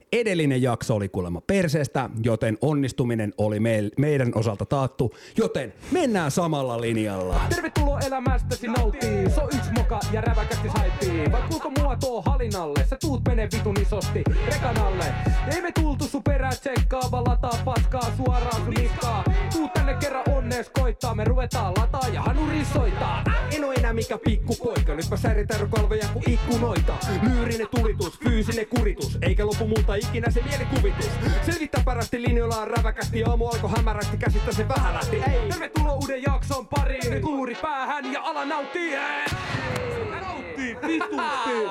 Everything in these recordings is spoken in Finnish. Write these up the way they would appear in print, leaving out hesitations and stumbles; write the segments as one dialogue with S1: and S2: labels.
S1: Edellinen jakso oli kuulemma perseestä, joten onnistuminen oli meidän osalta taattu, joten mennään samalla linjalla.
S2: Tervetuloa elämästäsi nauttii, so yks moka ja räväkästi haipii. Vai kuulko mua tuo halinalle, sä tuut menee vitun isosti rekanalle. Ei me tultu sun perää tsekkaa, vaan lataa paskaa suoraan sun niskaa. Tuut tänne kerran onnees koittaa, me ruvetaan lataa ja hanuri soittaa. En oo enää mikä pikkupoika, nyt mä säritän kalveja ku ikkunoita. Myyrinen tulitus, fyysinen kuritus, eikä lopu muuta ikinä se mielikuvitus. Selvittää parasti linjoilla on räväkästi, aamu alkoi hämärästi, käsittä se vähän lähti. Tervetuloa uuden jakson pariin, nyt luuri päähän ja ala nauttii. Nauttii vitusti.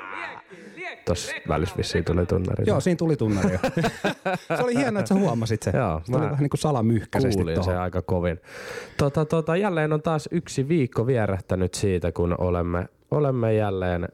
S3: Tossa välissä vissiin tuli tunnari.
S1: Joo, siinä tuli tunnari. Se oli hienoa, että sä huomasit sen.
S3: Joo,
S1: se oli vähän niin kuin salamyhkäisesti.
S3: Kuulin se aika kovin. Jälleen on taas yksi viikko vierähtänyt siitä, kun olemme jälleen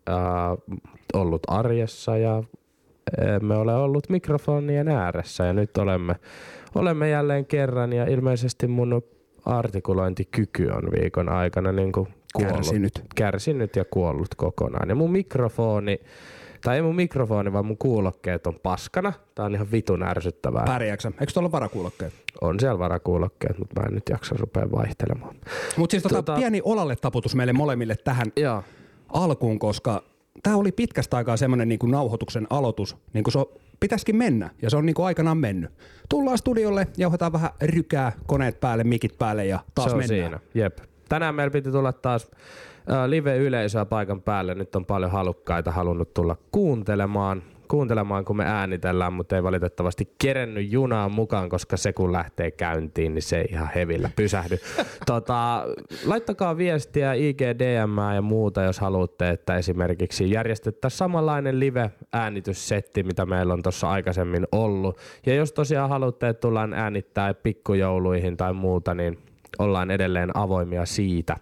S3: ollut arjessa ja me ole ollut mikrofonien ääressä ja nyt olemme jälleen kerran ja ilmeisesti mun artikulointikyky on viikon aikana niin kuin kärsinyt ja kuollut kokonaan. Ja mun mikrofoni, tai ei mun mikrofoni, vaan mun kuulokkeet on paskana. Tää on ihan vitun ärsyttävää.
S1: Pärjääksä? Eikö tuolla varakuulokkeet?
S3: On siellä varakuulokkeet, mutta mä en nyt jaksa rupea vaihtelemaan.
S1: Mutta siis pieni olalle taputus meille molemmille tähän alkuun, koska tää oli pitkästä aikaa semmonen niin kuin nauhoituksen aloitus, niin kuin se pitäisikin mennä, ja se on niin kuin aikanaan mennyt. Tullaan studiolle, jauhetaan vähän rykää, koneet päälle, mikit päälle ja taas
S3: se on
S1: mennään.
S3: Siinä, jep. Tänään meillä piti tulla taas live-yleisöä paikan päälle. Nyt on paljon halukkaita halunnut tulla kuuntelemaan, kun me äänitellään, mutta ei valitettavasti kerennyt junaan mukaan, koska se kun lähtee käyntiin, niin se ei ihan hevillä pysähdy. Laittakaa viestiä, IG, DM ja muuta, jos haluatte, että esimerkiksi järjestettäisiin samanlainen live-äänityssetti, mitä meillä on tuossa aikaisemmin ollut. Ja jos tosiaan haluatte, että tullaan äänittää pikkujouluihin tai muuta, niin ollaan edelleen avoimia siitä.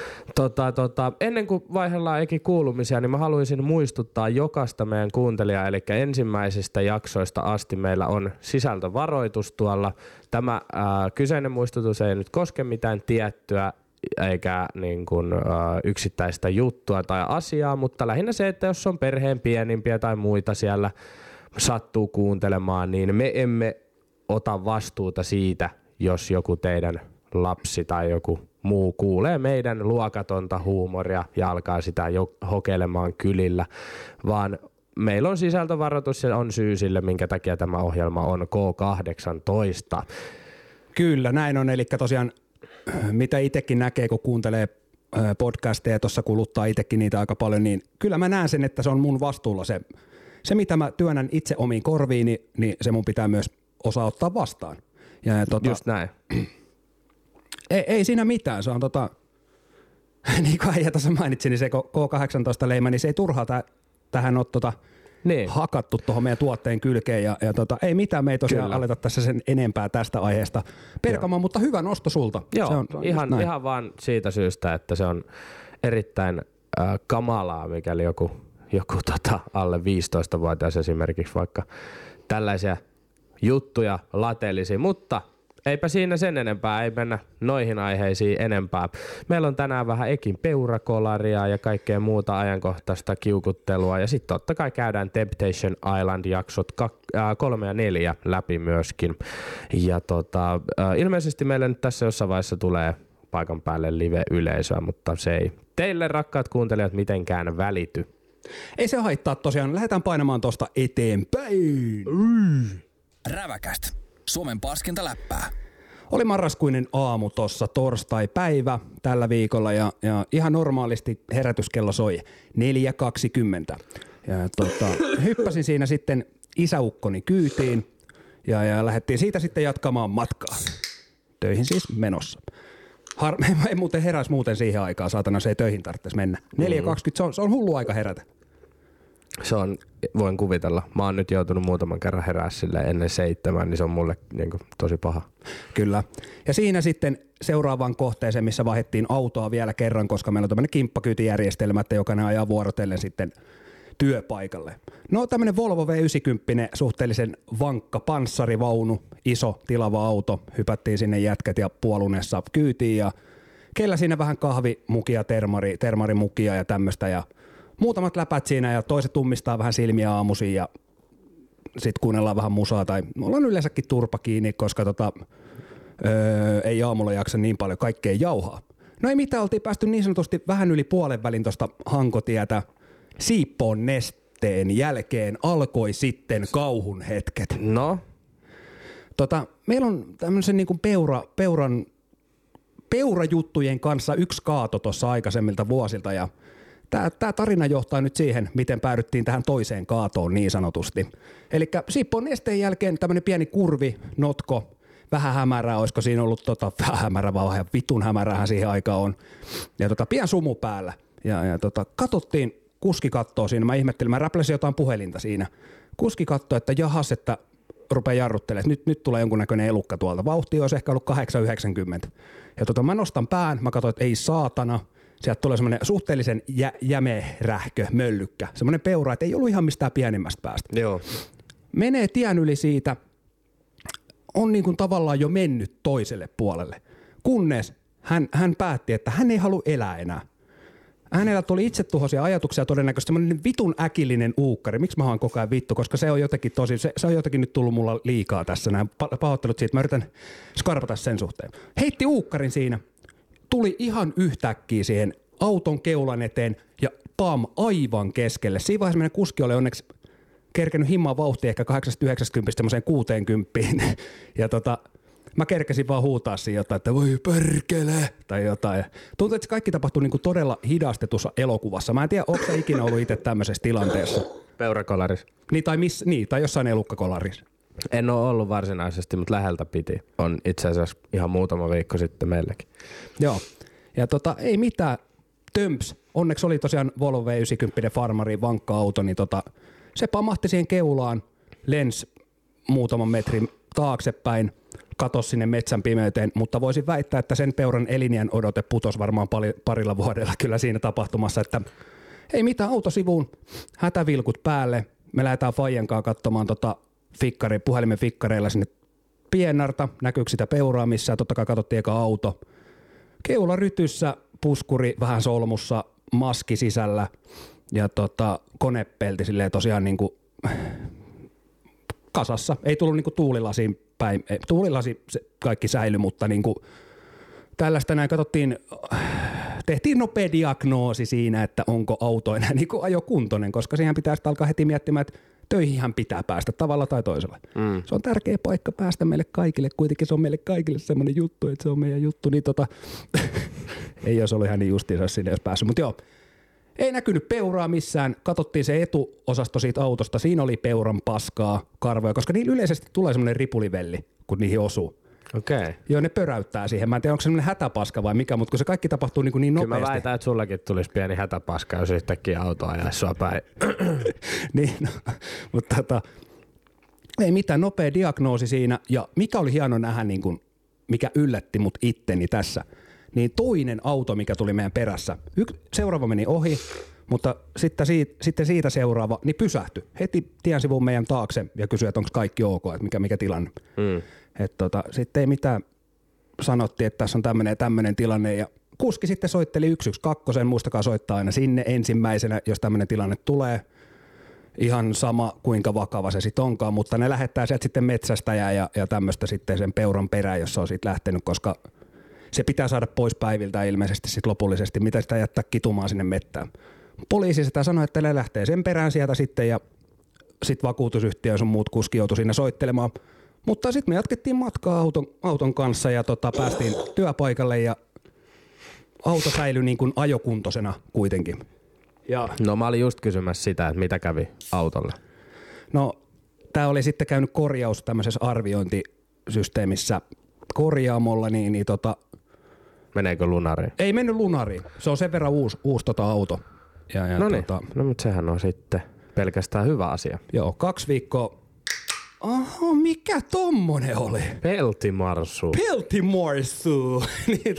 S3: Ennen kuin vaihdellaan kuulumisia, niin mä haluaisin muistuttaa jokaista meidän kuuntelijaa, eli ensimmäisistä jaksoista asti meillä on sisältövaroitus tuolla. Tämä kyseinen muistutus ei nyt koske mitään tiettyä eikä niin kuin, yksittäistä juttua tai asiaa, mutta lähinnä se, että jos on perheen pienimpiä tai muita siellä sattuu kuuntelemaan, niin me emme ota vastuuta siitä, jos joku teidän lapsi tai joku muu kuulee meidän luokatonta huumoria ja alkaa sitä jo hokelemaan kylillä, vaan meillä on sisältövaroitus ja on syy sille, minkä takia tämä ohjelma on K18.
S1: Kyllä, näin on. Eli tosiaan, mitä itsekin näkee, kun kuuntelee podcasteja, tuossa kuluttaa itsekin niitä aika paljon, niin kyllä mä näen sen, että se on mun vastuulla se mitä mä työnnän itse omiin korviin, niin se mun pitää myös osaa ottaa vastaan. Ja,
S3: just näin.
S1: Ei siinä mitään, se on niin kuin äijä tuossa mainitsin, niin se K18-leima, niin se ei turhaa tähän ole hakattu tuohon meidän tuotteen kylkeen ja ei mitään, me ei tosiaan aleta tässä sen enempää tästä aiheesta perkamaan, mutta hyvä nosto sulta.
S3: Joo,
S1: se on
S3: ihan vaan siitä syystä, että se on erittäin kamalaa, mikäli joku alle 15-vuotias esimerkiksi vaikka tällaisia juttuja latelisi, mutta eipä siinä sen enempää, ei mennä noihin aiheisiin enempää. Meillä on tänään vähän Ekin peurakolaria ja kaikkea muuta ajankohtaista kiukuttelua ja sitten totta kai käydään Temptation Island jaksot 3 ja 4 läpi myöskin. Ja ilmeisesti meillä nyt tässä jossain vaiheessa tulee paikan päälle live-yleisöä, mutta se ei teille rakkaat kuuntelijat mitenkään välity.
S1: Ei se haittaa tosiaan, lähdetään painamaan tosta eteenpäin.
S4: Räväkästä. Suomen paskinta läppää.
S1: Oli marraskuinen aamu tossa, torstai-päivä tällä viikolla ja ihan normaalisti herätyskello soi 4.20. Ja hyppäsin siinä sitten isäukkoni kyytiin ja lähdettiin siitä sitten jatkamaan matkaa. Töihin siis menossa. Ei muuten heräisi muuten siihen aikaan, saatana se ei töihin tarvitsisi mennä. 4.20, se on hullu aika herätä.
S3: Se on, voin kuvitella. Mä oon nyt joutunut muutaman kerran herää sille ennen 7, niin se on mulle niin kuin tosi paha.
S1: Kyllä. Ja siinä sitten seuraavaan kohteeseen, missä vaihdettiin autoa vielä kerran, koska meillä on tämmöinen kimppakyytijärjestelmä, että jokainen ajaa vuorotellen sitten työpaikalle. No tämmöinen Volvo V90, suhteellisen vankka panssarivaunu, iso tilava auto. Hypättiin sinne jätkät ja puolunessa kyytiin ja kellä siinä vähän kahvimukia, termarimukia ja tämmöistä ja muutamat läpät siinä ja toiset ummistaa vähän silmiä aamuisin ja sit kuunnellaan vähän musaa tai me ollaan yleensäkin turpa kiinni, koska ei aamulla jaksa niin paljon kaikkea jauhaa. No ei mitään, oltiin päästy niin sanotusti vähän yli puolen välin tuosta Hankotietä. Siippoon nesteen jälkeen alkoi sitten kauhun hetket.
S3: No?
S1: Meillä on tämmöisen niin kuin peurajuttujen kanssa yksi kaato tuossa aikaisemmilta vuosilta ja tämä tarina johtaa nyt siihen, miten päädyttiin tähän toiseen kaatoon niin sanotusti. Eli Siippoon nesteen jälkeen tämmöinen pieni kurvi, notko, vähän hämärää, olisiko siinä ollut vähän hämärää, vaan vitun hämärähän siihen aikaan on. Ja pian sumu päällä. Ja katsottiin, kuski kattoo siinä, mä ihmettelin, mä räpläsin jotain puhelinta siinä. Kuski kattoo, että jahas, että rupeaa jarruttelemaan, että nyt tulee jonkunnäköinen elukka tuolta. Vauhti olisi ehkä ollut 8-90. Ja mä nostan pään, mä katsoin, että ei saatana. Sieltä tulee semmoinen suhteellisen jämerähkö, möllykkä. Semmoinen peura, että ei ollut ihan mistään pienimmästä päästä.
S3: Joo.
S1: Menee tien yli siitä, on niin kuin tavallaan jo mennyt toiselle puolelle. Kunnes hän päätti, että hän ei halua elää enää. Hänellä tuli itsetuhoisia ajatuksia todennäköisesti semmoinen vitun äkillinen uukkari. Miksi mä haan koko ajan vittu? Koska se on jotenkin se on jotenkin nyt tullut mulla liikaa tässä. Nämä pahoittelut siitä. Mä yritän skarpata sen suhteen. Heitti uukkarin siinä. Tuli ihan yhtäkkiä siihen auton keulan eteen ja pam, aivan keskelle. Siinä vaiheessa meidän kuski oli onneksi kerkenyt himmaa vauhtia ehkä 8-90 semmoiseen 60. Ja mä kerkesin vaan huutaa siinä jotain, että voi perkele tai jotain. Tuntuu, että se kaikki tapahtui niinku todella hidastetussa elokuvassa. Mä en tiedä, onko sä ikinä ollut itse tämmöisessä tilanteessa.
S3: Peurakolaris.
S1: Tai jossain elukkakolarissa.
S3: En ole ollut varsinaisesti, mutta läheltä piti. On itse asiassa ihan muutama viikko sitten meillekin.
S1: Joo. Ja ei mitään. Tömps. Onneksi oli tosiaan Volvo V90 farmari vankka auto, niin se pamahti siihen keulaan, lens muutaman metrin taaksepäin, katosi sinne metsän pimeyteen, mutta voisin väittää, että sen peuran eliniän odote putosi varmaan parilla vuodella kyllä siinä tapahtumassa, että ei mitään, autosivuun, hätävilkut päälle, me lähdetään Fajenkaan katsomaan puhelimen fikkareilla sinne Piennarta, näkyykö sitä peuraa missään, totta kai katsottiin eka auto, keula rytyssä, puskuri vähän solmussa, maski sisällä ja konepelti silleen tosiaan niinku kasassa, ei tullut niinku tuulilasiin päin, tuulilasi kaikki säilyi, mutta niinku tällaista näin katsottiin, tehtiin nopea diagnoosi siinä, että onko auto enää niinku ajokuntoinen, koska siihen pitää sitten alkaa heti miettimään, että töihinhän pitää päästä tavalla tai toisella. Se on tärkeä paikka päästä meille kaikille, kuitenkin se on meille kaikille semmoinen juttu, että se on meidän juttu, niin ei olisi ollut ihan niin justiinsa sinne, jos päässyt, mutta joo. Ei näkynyt peuraa missään, katsottiin se etuosasto siitä autosta, siinä oli peuran paskaa, karvoja, koska niillä yleisesti tulee semmoinen ripulivelli, kun niihin osuu.
S3: Okei. Okay.
S1: Joo, ne pöräyttää siihen. Mä en tiedä, onko se semmoinen hätäpaska vai mikä, mutta kun se kaikki tapahtuu niin nopeasti.
S3: Kyllä mä väitän, että sullakin tulisi pieni hätäpaska, jos yhtäkkiä auto ajaisi sua päin.
S1: Niin, no, mutta ei mitään, nopea diagnoosi siinä. Ja mikä oli hieno nähdä, niin kuin, mikä yllätti mut itteni tässä, niin toinen auto, mikä tuli meidän perässä, seuraava meni ohi, mutta sitten siitä seuraava, niin pysähtyi. Heti tien sivuun meidän taakse ja kysyi, että onko kaikki ok, että mikä tilanne. Sitten ei mitään, sanottiin, että tässä on tämmöinen tilanne ja kuski sitten soitteli 112, muistakaa soittaa aina sinne ensimmäisenä, jos tämmöinen tilanne tulee. Ihan sama kuinka vakava se sitten onkaan, mutta ne lähettää sieltä sitten metsästäjää ja tämmöistä sitten sen peuran perään, jos se on siitä lähtenyt, koska se pitää saada pois päiviltä ilmeisesti sitten lopullisesti, mitä sitä jättää kitumaan sinne mettään. Poliisi sitä sanoi, että ne lähtee sen perään sieltä sitten ja sitten vakuutusyhtiö ja sun muut kuski joutui siinä soittelemaan. Mutta sitten me jatkettiin matkaa auton kanssa ja päästiin työpaikalle ja auto säilyi niin kuin ajokuntoisena kuitenkin. Ja
S3: no mä olin just kysymässä sitä, että mitä kävi autolle.
S1: No tää oli sitten käynyt korjaus tämmöisessä arviointisysteemissä korjaamolla, niin
S3: meneekö lunariin?
S1: Ei mennyt lunariin. Se on sen verran uusi auto.
S3: No niin, no mutta sehän on sitten pelkästään hyvä asia.
S1: Joo, 2 viikkoa. Oho, mikä tommonen oli?
S3: Peltimarsu.
S1: Peltimarsu. Niin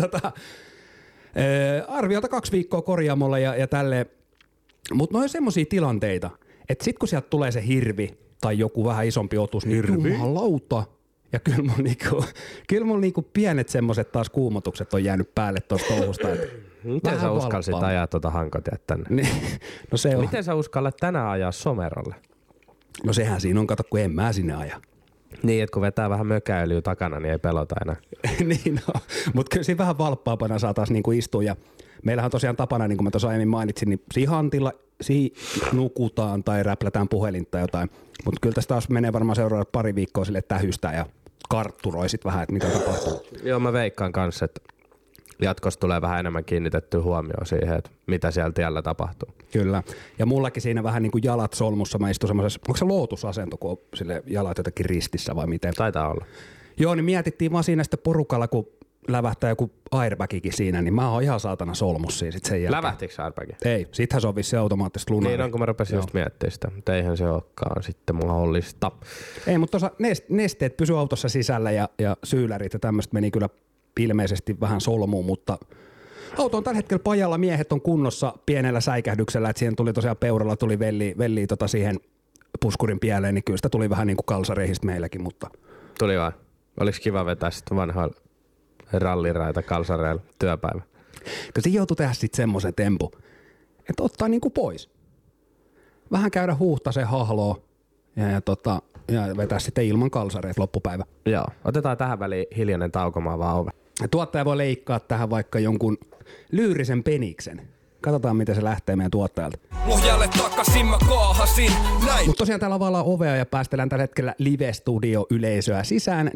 S1: arviolta 2 viikkoa korjaamolla ja tälleen. Mutta ne on semmosia tilanteita, että sit kun sieltä tulee se hirvi tai joku vähän isompi otus, niin jumalauta. Ja kyllä mun niinku pienet semmoset taas kuumotukset on jäänyt päälle tuosta touhusta.
S3: Miten sä uskalsit ajaa Hankotiet tänne?
S1: No se on.
S3: Miten sä uskallat tänään ajaa Somerolle?
S1: No sehän siinä on, kato kun en mä sinne aja.
S3: Niin, että kun vetää vähän mökäilyä takana, niin ei pelota enää.
S1: Niin no, mutta kyllä siinä vähän valppaampana saataisiin niinku istua ja meillähän on tosiaan tapana, niin kuin mä tuossa aiemmin mainitsin, niin hantilla nukutaan tai räplätään puhelinta tai jotain. Mutta kyllä tästä taas menee varmaan seuraavat pari viikkoa sille tähystää ja kartturoisit vähän, että mitä tapahtuu.
S3: Joo, mä veikkaan kanssa, että jatkossa tulee vähän enemmän kiinnitettyä huomioon siihen, että mitä siellä tiellä tapahtuu.
S1: Kyllä. Ja mullakin siinä vähän niin kuin jalat solmussa. Mä istun semmoisessa, onko se lootusasento, kun on sille jalat jotenkin ristissä vai miten?
S3: Taitaa olla.
S1: Joo, niin mietittiin vaan siinä sitten porukalla, kun lävähtää joku airbagikin siinä, niin mä oon ihan saatana solmus siinä sitten sen jälkeen.
S3: Lävähtikö se airbagi?
S1: Ei, sittenhän se on vissi automaattisesti lunaari.
S3: Niin on, kun mä rupesin just miettimään sitä, mutta eihän se olekaan sitten mahdollista.
S1: Ei, mutta tuossa nesteet pysy autossa sisällä ja syylärit ja tämmöistä meni kyllä ilmeisesti vähän solmuun, mutta auto on tällä hetkellä pajalla, miehet on kunnossa pienellä säikähdyksellä, että siihen tuli tosiaan peuralla tuli velli siihen puskurin pieleen, niin kyllä sitä tuli vähän niin kuin kalsareihistä meilläkin, mutta...
S3: Tuli vaan. Oliko kiva vetää sitten vanhoilla ralliraita kalsareilla työpäivä?
S1: Kyllä se joutui tehdä sitten semmoisen tempu, että ottaa niin kuin pois. Vähän käydä huuhtaseen hahloa ja vetää sitten ilman kalsareet loppupäivä.
S3: Joo. Otetaan tähän väliin hiljainen taukomaan vaan ove.
S1: Tuottaja voi leikkaa tähän vaikka jonkun lyyrisen peniksen. Katsotaan, miten se lähtee meidän tuottajalta.
S4: Lohjalle takaisin mä kaahasin, näin.
S1: Mutta tosiaan täällä availlaan ovea ja päästellään tällä hetkellä live-studio-yleisöä sisään,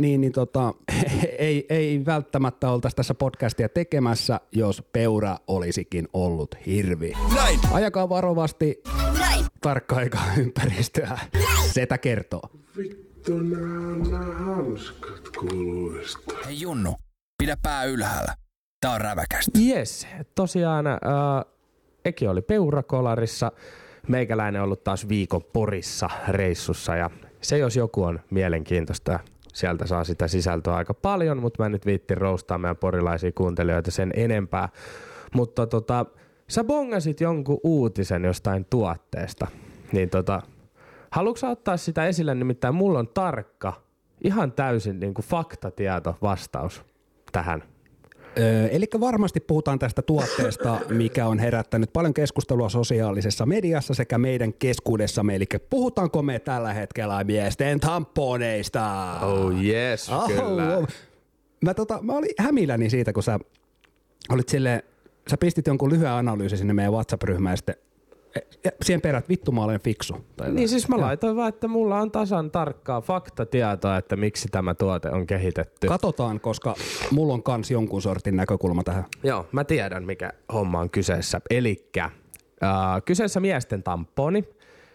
S1: ei välttämättä oltaisi tässä podcastia tekemässä, jos peura olisikin ollut hirvi.
S4: Näin.
S1: Ajakaa varovasti,
S5: Näin.
S1: tarkkaikaa ympäristöä. Setä kertoo.
S6: Vittu nää hanskat kuluista.
S4: Hei Junnu, pidä pää ylhäällä. Tää on räväkästä.
S3: Jes, tosiaan Eki oli Peurakolarissa, meikäläinen on ollut taas viikon Porissa reissussa ja se jos joku on mielenkiintoista. Sieltä saa sitä sisältöä aika paljon, mutta mä nyt viittin roustaa meidän porilaisia kuuntelijoita sen enempää. Mutta sä bongasit jonkun uutisen jostain tuotteesta, niin haluatko sä ottaa sitä esille, nimittäin mulla on tarkka, ihan täysin niin kuin faktatieto vastaus tähän.
S1: Eli varmasti puhutaan tästä tuotteesta, mikä on herättänyt paljon keskustelua sosiaalisessa mediassa sekä meidän keskuudessamme. Eli puhutaanko me tällä hetkellä miesten tamponeista?
S3: Oh yes, kyllä.
S1: Mä olin hämilläni siitä, kun sä olit silleen, sä pistit jonkun lyhyen analyysin sinne meidän WhatsApp-ryhmään ja sitten siihen perät, vittu mä olen fiksu.
S3: Niin siis mä laitoin vaan, että mulla on tasan tarkkaa faktatietoa, että miksi tämä tuote on kehitetty.
S1: Katsotaan, koska mulla on kans jonkun sortin näkökulma tähän.
S3: Joo, mä tiedän mikä homma on kyseessä. Elikkä kyseessä miesten tamponi.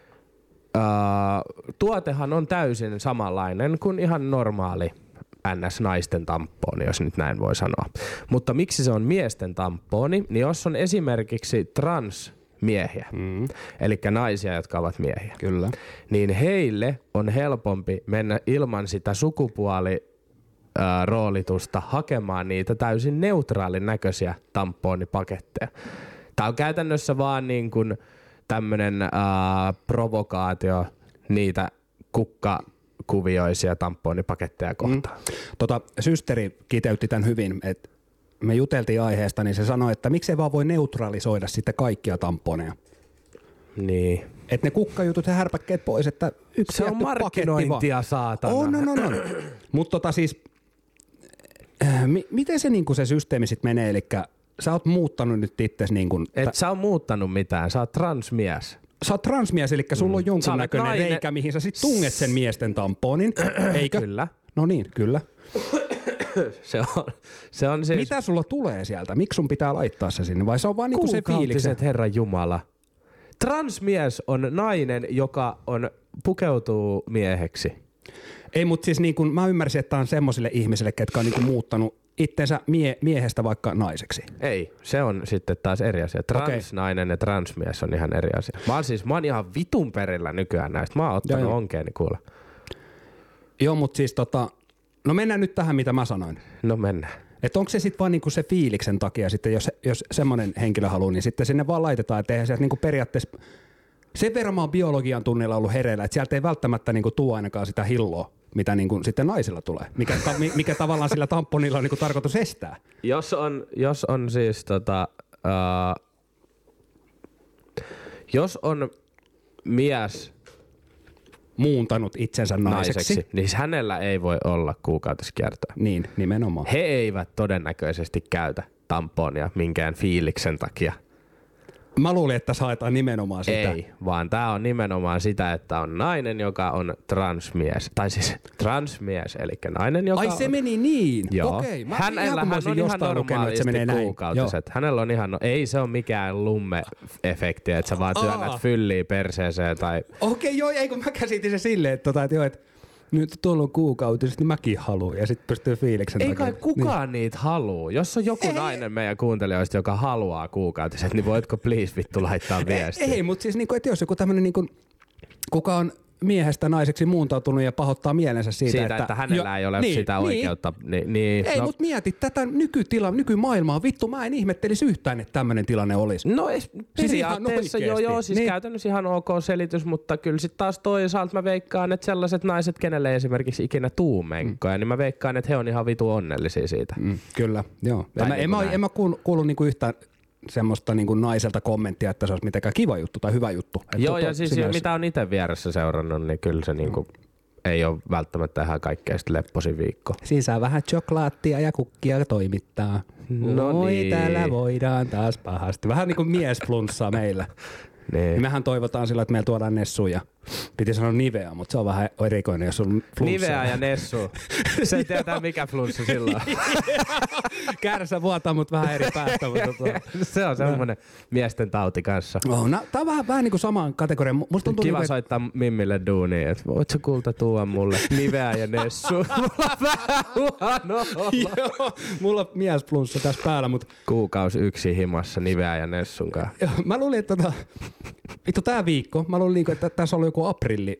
S3: Tuotehan on täysin samanlainen kuin ihan normaali NS-naisten tamponi, jos nyt näin voi sanoa. Mutta miksi se on miesten tamponi, niin jos on esimerkiksi transmiehiä, eli naisia, jotka ovat miehiä,
S1: Kyllä.
S3: niin heille on helpompi mennä ilman sitä sukupuoliroolitusta hakemaan niitä täysin neutraalin näköisiä tamponipaketteja. Tämä on käytännössä vaan niin kuin tämmöinen provokaatio niitä kukkakuvioisia tamponipaketteja kohtaan.
S1: Systeri kiteytti tämän hyvin, että me juteltiin aiheesta, niin se sanoi, että miksei vaan voi neutralisoida sitten kaikkia tamponeja.
S3: Niin.
S1: Että ne kukkajutut ja härpäkkeet pois, että yksi
S3: Se on
S1: jätty
S3: markkinointia,
S1: paketti
S3: saatana.
S1: On. Mutta siis, miten se, niinku se systeemi sitten menee, eli sä oot muuttanut nyt itses niinku...
S3: Et sä oot muuttanut mitään, sä oot transmies.
S1: Sä oot transmies, eli sulla on jonkun näköinen reikä, mihin sä sit tunget sen miesten tamponin, eikö?
S3: Kyllä.
S1: No niin, kyllä.
S3: Se on siis...
S1: Mitä sulla tulee sieltä? Miksi sun pitää laittaa se sinne? Vai se on vaan niinku se fiiliksen?
S3: Herran Jumala. Transmies on nainen, joka pukeutuu mieheksi.
S1: Ei, mutta siis niin kun mä ymmärsin, että tää on semmosille ihmisille, ketkä on niin kun muuttanut itsensä miehestä vaikka naiseksi.
S3: Ei, se on sitten taas eri asia. Transnainen ja transmies on ihan eri asia. Mä oon ihan vitun perillä nykyään näistä. Mä oon ottanut onkeeni kuule.
S1: Joo, mutta siis no mennään nyt tähän, mitä mä sanoin.
S3: No mennään.
S1: Että onko se sitten vaan niinku se fiiliksen takia sitten, jos semmoinen henkilö haluaa, niin sitten sinne vaan laitetaan, että eihän sieltä niinku periaatteessa, sen verran mä oon biologian tunnilla ollut hereillä, että sieltä ei välttämättä niinku tuu ainakaan sitä hilloa, mitä niinku sitten naisilla tulee, mikä tavallaan sillä tamponilla on niinku tarkoitus estää.
S3: Jos on siis jos on mies
S1: muuntanut itsensä naiseksi.
S3: Niin hänellä ei voi olla kuukautiskiertoa.
S1: Niin, nimenomaan.
S3: He eivät todennäköisesti käytä tamponia minkään fiiliksen takia.
S1: Mä luulin, että saetaan nimenomaan sitä.
S3: Ei, vaan tää on nimenomaan sitä, että on nainen, joka on transmies. Tai siis transmies, eli nainen, joka
S1: Ai se meni niin?
S3: Joo.
S1: Okei.
S3: Hänellä hän on ihan normaalisti kuukautiset. Hänellä on ihan, ei se ole mikään lumme-efekti, että sä vaan työnnät fylliä perseeseen tai...
S1: Okei, joo, ei kun mä käsitin se silleen, että nyt tuolla on kuukautiset, niin mäkin haluan. Ja sit pystyy fiiliksen
S3: ei kai kukaan niitä haluu. Jos on joku nainen meidän kuuntelijoista, joka haluaa kuukautiset, niin voitko please vittu laittaa viestiä?
S1: Ei, mutta siis niinku, että jos joku tämmönen niinku, kuka on miehestä naiseksi muuntautunut ja pahoittaa mielensä siitä että
S3: hänellä ei ole sitä oikeutta. Niin,
S1: ei, mutta mieti tätä nykymaailmaa. Vittu, mä en ihmettelisi yhtään, että tämmöinen tilanne olisi.
S3: No periaatteessa joo, siis käytännössä ihan ok selitys, mutta kyllä sitten taas toisaalta mä veikkaan, että sellaiset naiset, kenelle ei esimerkiksi ikinä tuu menkkoja, niin mä veikkaan, että he on ihan vitu onnellisia siitä.
S1: Kyllä, joo. En mä kuulu niinku yhtään semmoista niin kuin naiselta kommenttia, että se olisi mitenkään kiva juttu tai hyvä juttu.
S3: Joo, ja siis mitä on itse vieressä seurannut, niin kyllä se niinku ei ole välttämättä ihan kaikkea sitten lepposin viikko.
S1: Siinä saa vähän choklaattia ja kukkia toimittaa.
S3: No niin.
S1: Täällä voidaan taas pahasti. Vähän niin kuin miesflunssaa meillä.
S3: Niin.
S1: Mehän toivotaan sillä, että meillä tuodaan Nessuja. Piti sanoa Nivea, mutta se on vähän erikoinen, jos on flunssa.
S3: Niveä ja Nessu. Se tietää mikä flunssa silloin.
S1: Kärsä vuotaa mut vähän eri päästä.
S3: Se on semmoinen miesten tauti kanssa.
S1: Tää on vähän niin kuin samaan kategoriaan.
S3: Kiva soittaa Mimmille duuniin, että voit sä kulta tuoda mulle Niveä ja Nessu. Mulla on vähän huono olla.
S1: Joo, mulla on miesflunssa tässä päällä, mutta...
S3: Kuukausi yksi himassa Niveä ja Nessun kanssa.
S1: Mä luulin, että vittu tää viikko, mä luulin, että tässä on joku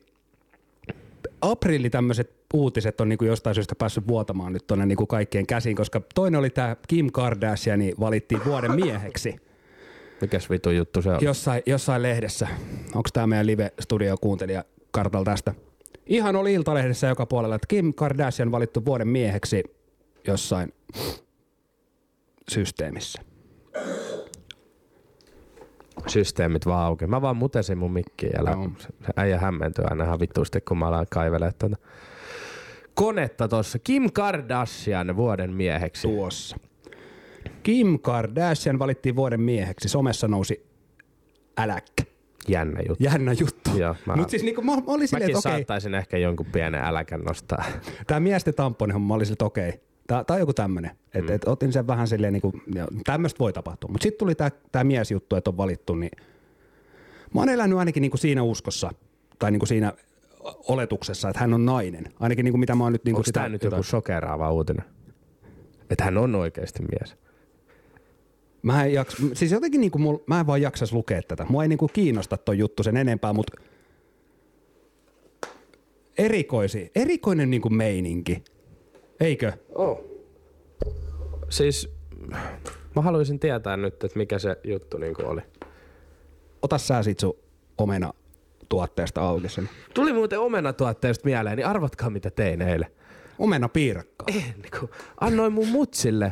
S1: aprilli tämmöiset uutiset on niinku jostain syystä päässyt vuotamaan nyt tonne niinku kaikkien käsiin, koska toinen oli tää Kim Kardashian valittiin vuoden mieheksi.
S3: Mikäs vitu juttu se on?
S1: Jossain lehdessä. Onks tää meidän live-studio kuuntelija kartal tästä? Ihan oli Iltalehdessä joka puolella, että Kim Kardashian valittu vuoden mieheksi jossain systeemissä.
S3: Systeemit vaan auki. Mä vaan mutesin mun mikkiin ja se äijä hämmentyy aina ihan vittuisesti, kun mä alan kaivelemaan tuota konetta tossa. Kim Kardashian vuoden mieheksi.
S1: Tuossa. Kim Kardashian valittiin vuoden mieheksi. Somessa nousi äläkkä.
S3: Jännä juttu.
S1: Joo, mut siis niinku mä olin silleen, että
S3: saattaisin ehkä jonkun pienen äläkän nostaa.
S1: Tää miesten tamponihan mä olin silleen, että okei. Tää on joku tämmönen. Et otin sen vähän silleen niinku, tämmöstä voi tapahtua. Mut sit tuli tää miesjuttu, että on valittu, niin mä oon elänyt ainakin niinku siinä uskossa, tai niinku siinä oletuksessa, että hän on nainen. Ainakin niinku mitä mä oon nyt niinku
S3: sitä... Onks tää nyt joku shokeraava uutinen? Että hän on oikeesti mies?
S1: Siis jotenkin niinku mä en vaan jaksas lukea tätä. Mua ei niinku kiinnosta toi juttu sen enempää, mut erikoinen niinku meininki. Eikö?
S3: Siis mä haluaisin tietää nyt, että mikä se juttu niinku oli.
S1: Ota sä sit sun omenatuotteesta auki sen.
S3: Tuli muuten omenatuotteesta mieleen, niin arvatkaa mitä tein eilen.
S1: Omenapiirakkaa.
S3: Annoin mun mutsille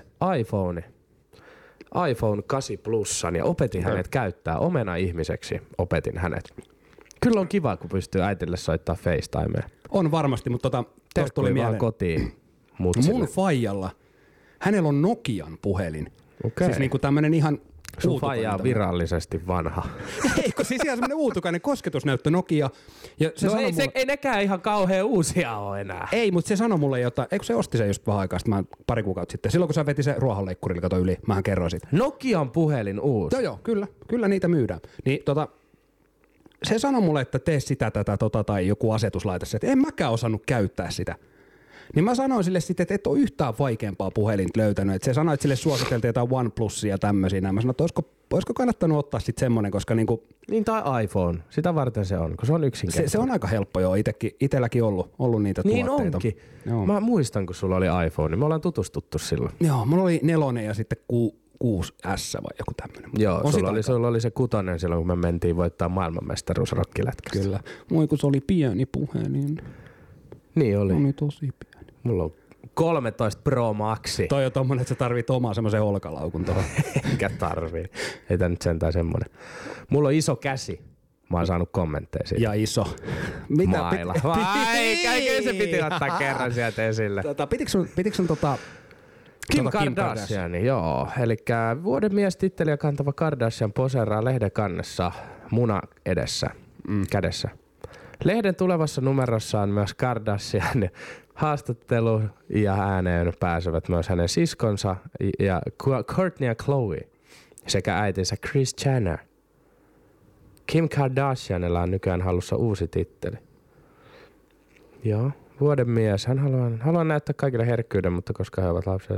S3: iPhone 8 Plusan ja opetin hänet käyttää omena-ihmiseksi. Opetin hänet. Kyllä on kiva, kun pystyy äitille soittaa FaceTimea.
S1: On varmasti, mutta tosta tuli mieleen.
S3: Kotiin mutsille.
S1: Mun faijalla, hänellä on Nokian puhelin.
S3: Okay.
S1: Siis niinku tämmönen ihan
S3: sun faija on virallisesti vanha.
S1: Eikö siis ihan semmonen uutukainen kosketusnäyttö Nokia. Ja se
S3: ei nekään ihan kauhean uusia ole enää.
S1: Ei, mutta se sanoi mulle jotain. Eikö se osti sen just vähän aikaa sitten, pari kuukautta sitten. Silloin kun sä veti se ruohonleikkurilla kato yli, mähän kerroin siitä.
S3: Nokian puhelin uusi.
S1: Joo, kyllä niitä myydään. Niin se sanoi mulle, että tee sitä, tätä, tai joku asetuslaite, että en mäkään osannut käyttää sitä. Niin mä sanoin sille sitten, että et ole yhtään vaikeampaa puhelinta löytänyt. Et se sanoi, että sille suositeltiin jotain OnePlusia ja tämmöisiä. Mä sanoin, että olisiko kannattanut ottaa sitten semmonen, koska niinku...
S3: Niin tai iPhone, sitä varten se on, kun se on yksinkertainen.
S1: Se on aika helppo joo, itelläkin ollut niitä
S3: niin
S1: tuotteita.
S3: Onkin.
S1: Joo.
S3: Mä muistan, kun sulla oli iPhone, niin me ollaan tutustuttu silloin.
S1: Joo, mulla oli 4 ja sitten 6S vai joku tämmönen.
S3: Joo, sulla oli se 6 silloin, kun me mentiin voittaa maailmanmestaruus rokkilätkästä.
S1: Kyllä. Moi, kun se oli pieni puhelin.
S3: Niin oli.
S1: Oli tosi pieni.
S3: Mulla on 13 Pro Maxi.
S1: Toi on tommonen, että sä tarvit omaa semmoisen olkalaukun tuohon.
S3: Eikä tarvii. Ei tää nyt sentään semmonen. Mulla on iso käsi. Mä oon saanut kommentteja siitä.
S1: Ja iso.
S3: Maila. Kaiken se piti ottaa kerran sieltä esille.
S1: Pitikö sun
S3: Kim Kardashian, joo. Elikkä vuoden mies-titteliä kantava Kardashian poseeraa lehden kannessa muna edessä, kädessä. Lehden tulevassa numerossa on myös Kardashian haastattelu ja ääneen pääsevät myös hänen siskonsa ja Kourtney ja Khloe sekä äitinsä Kris Jenner. Kim Kardashianilla on nykyään hallussa uusi titteli. Joo, vuoden mies. Hän haluaa näyttää kaikille herkkyyden, mutta koska he ovat lapsia,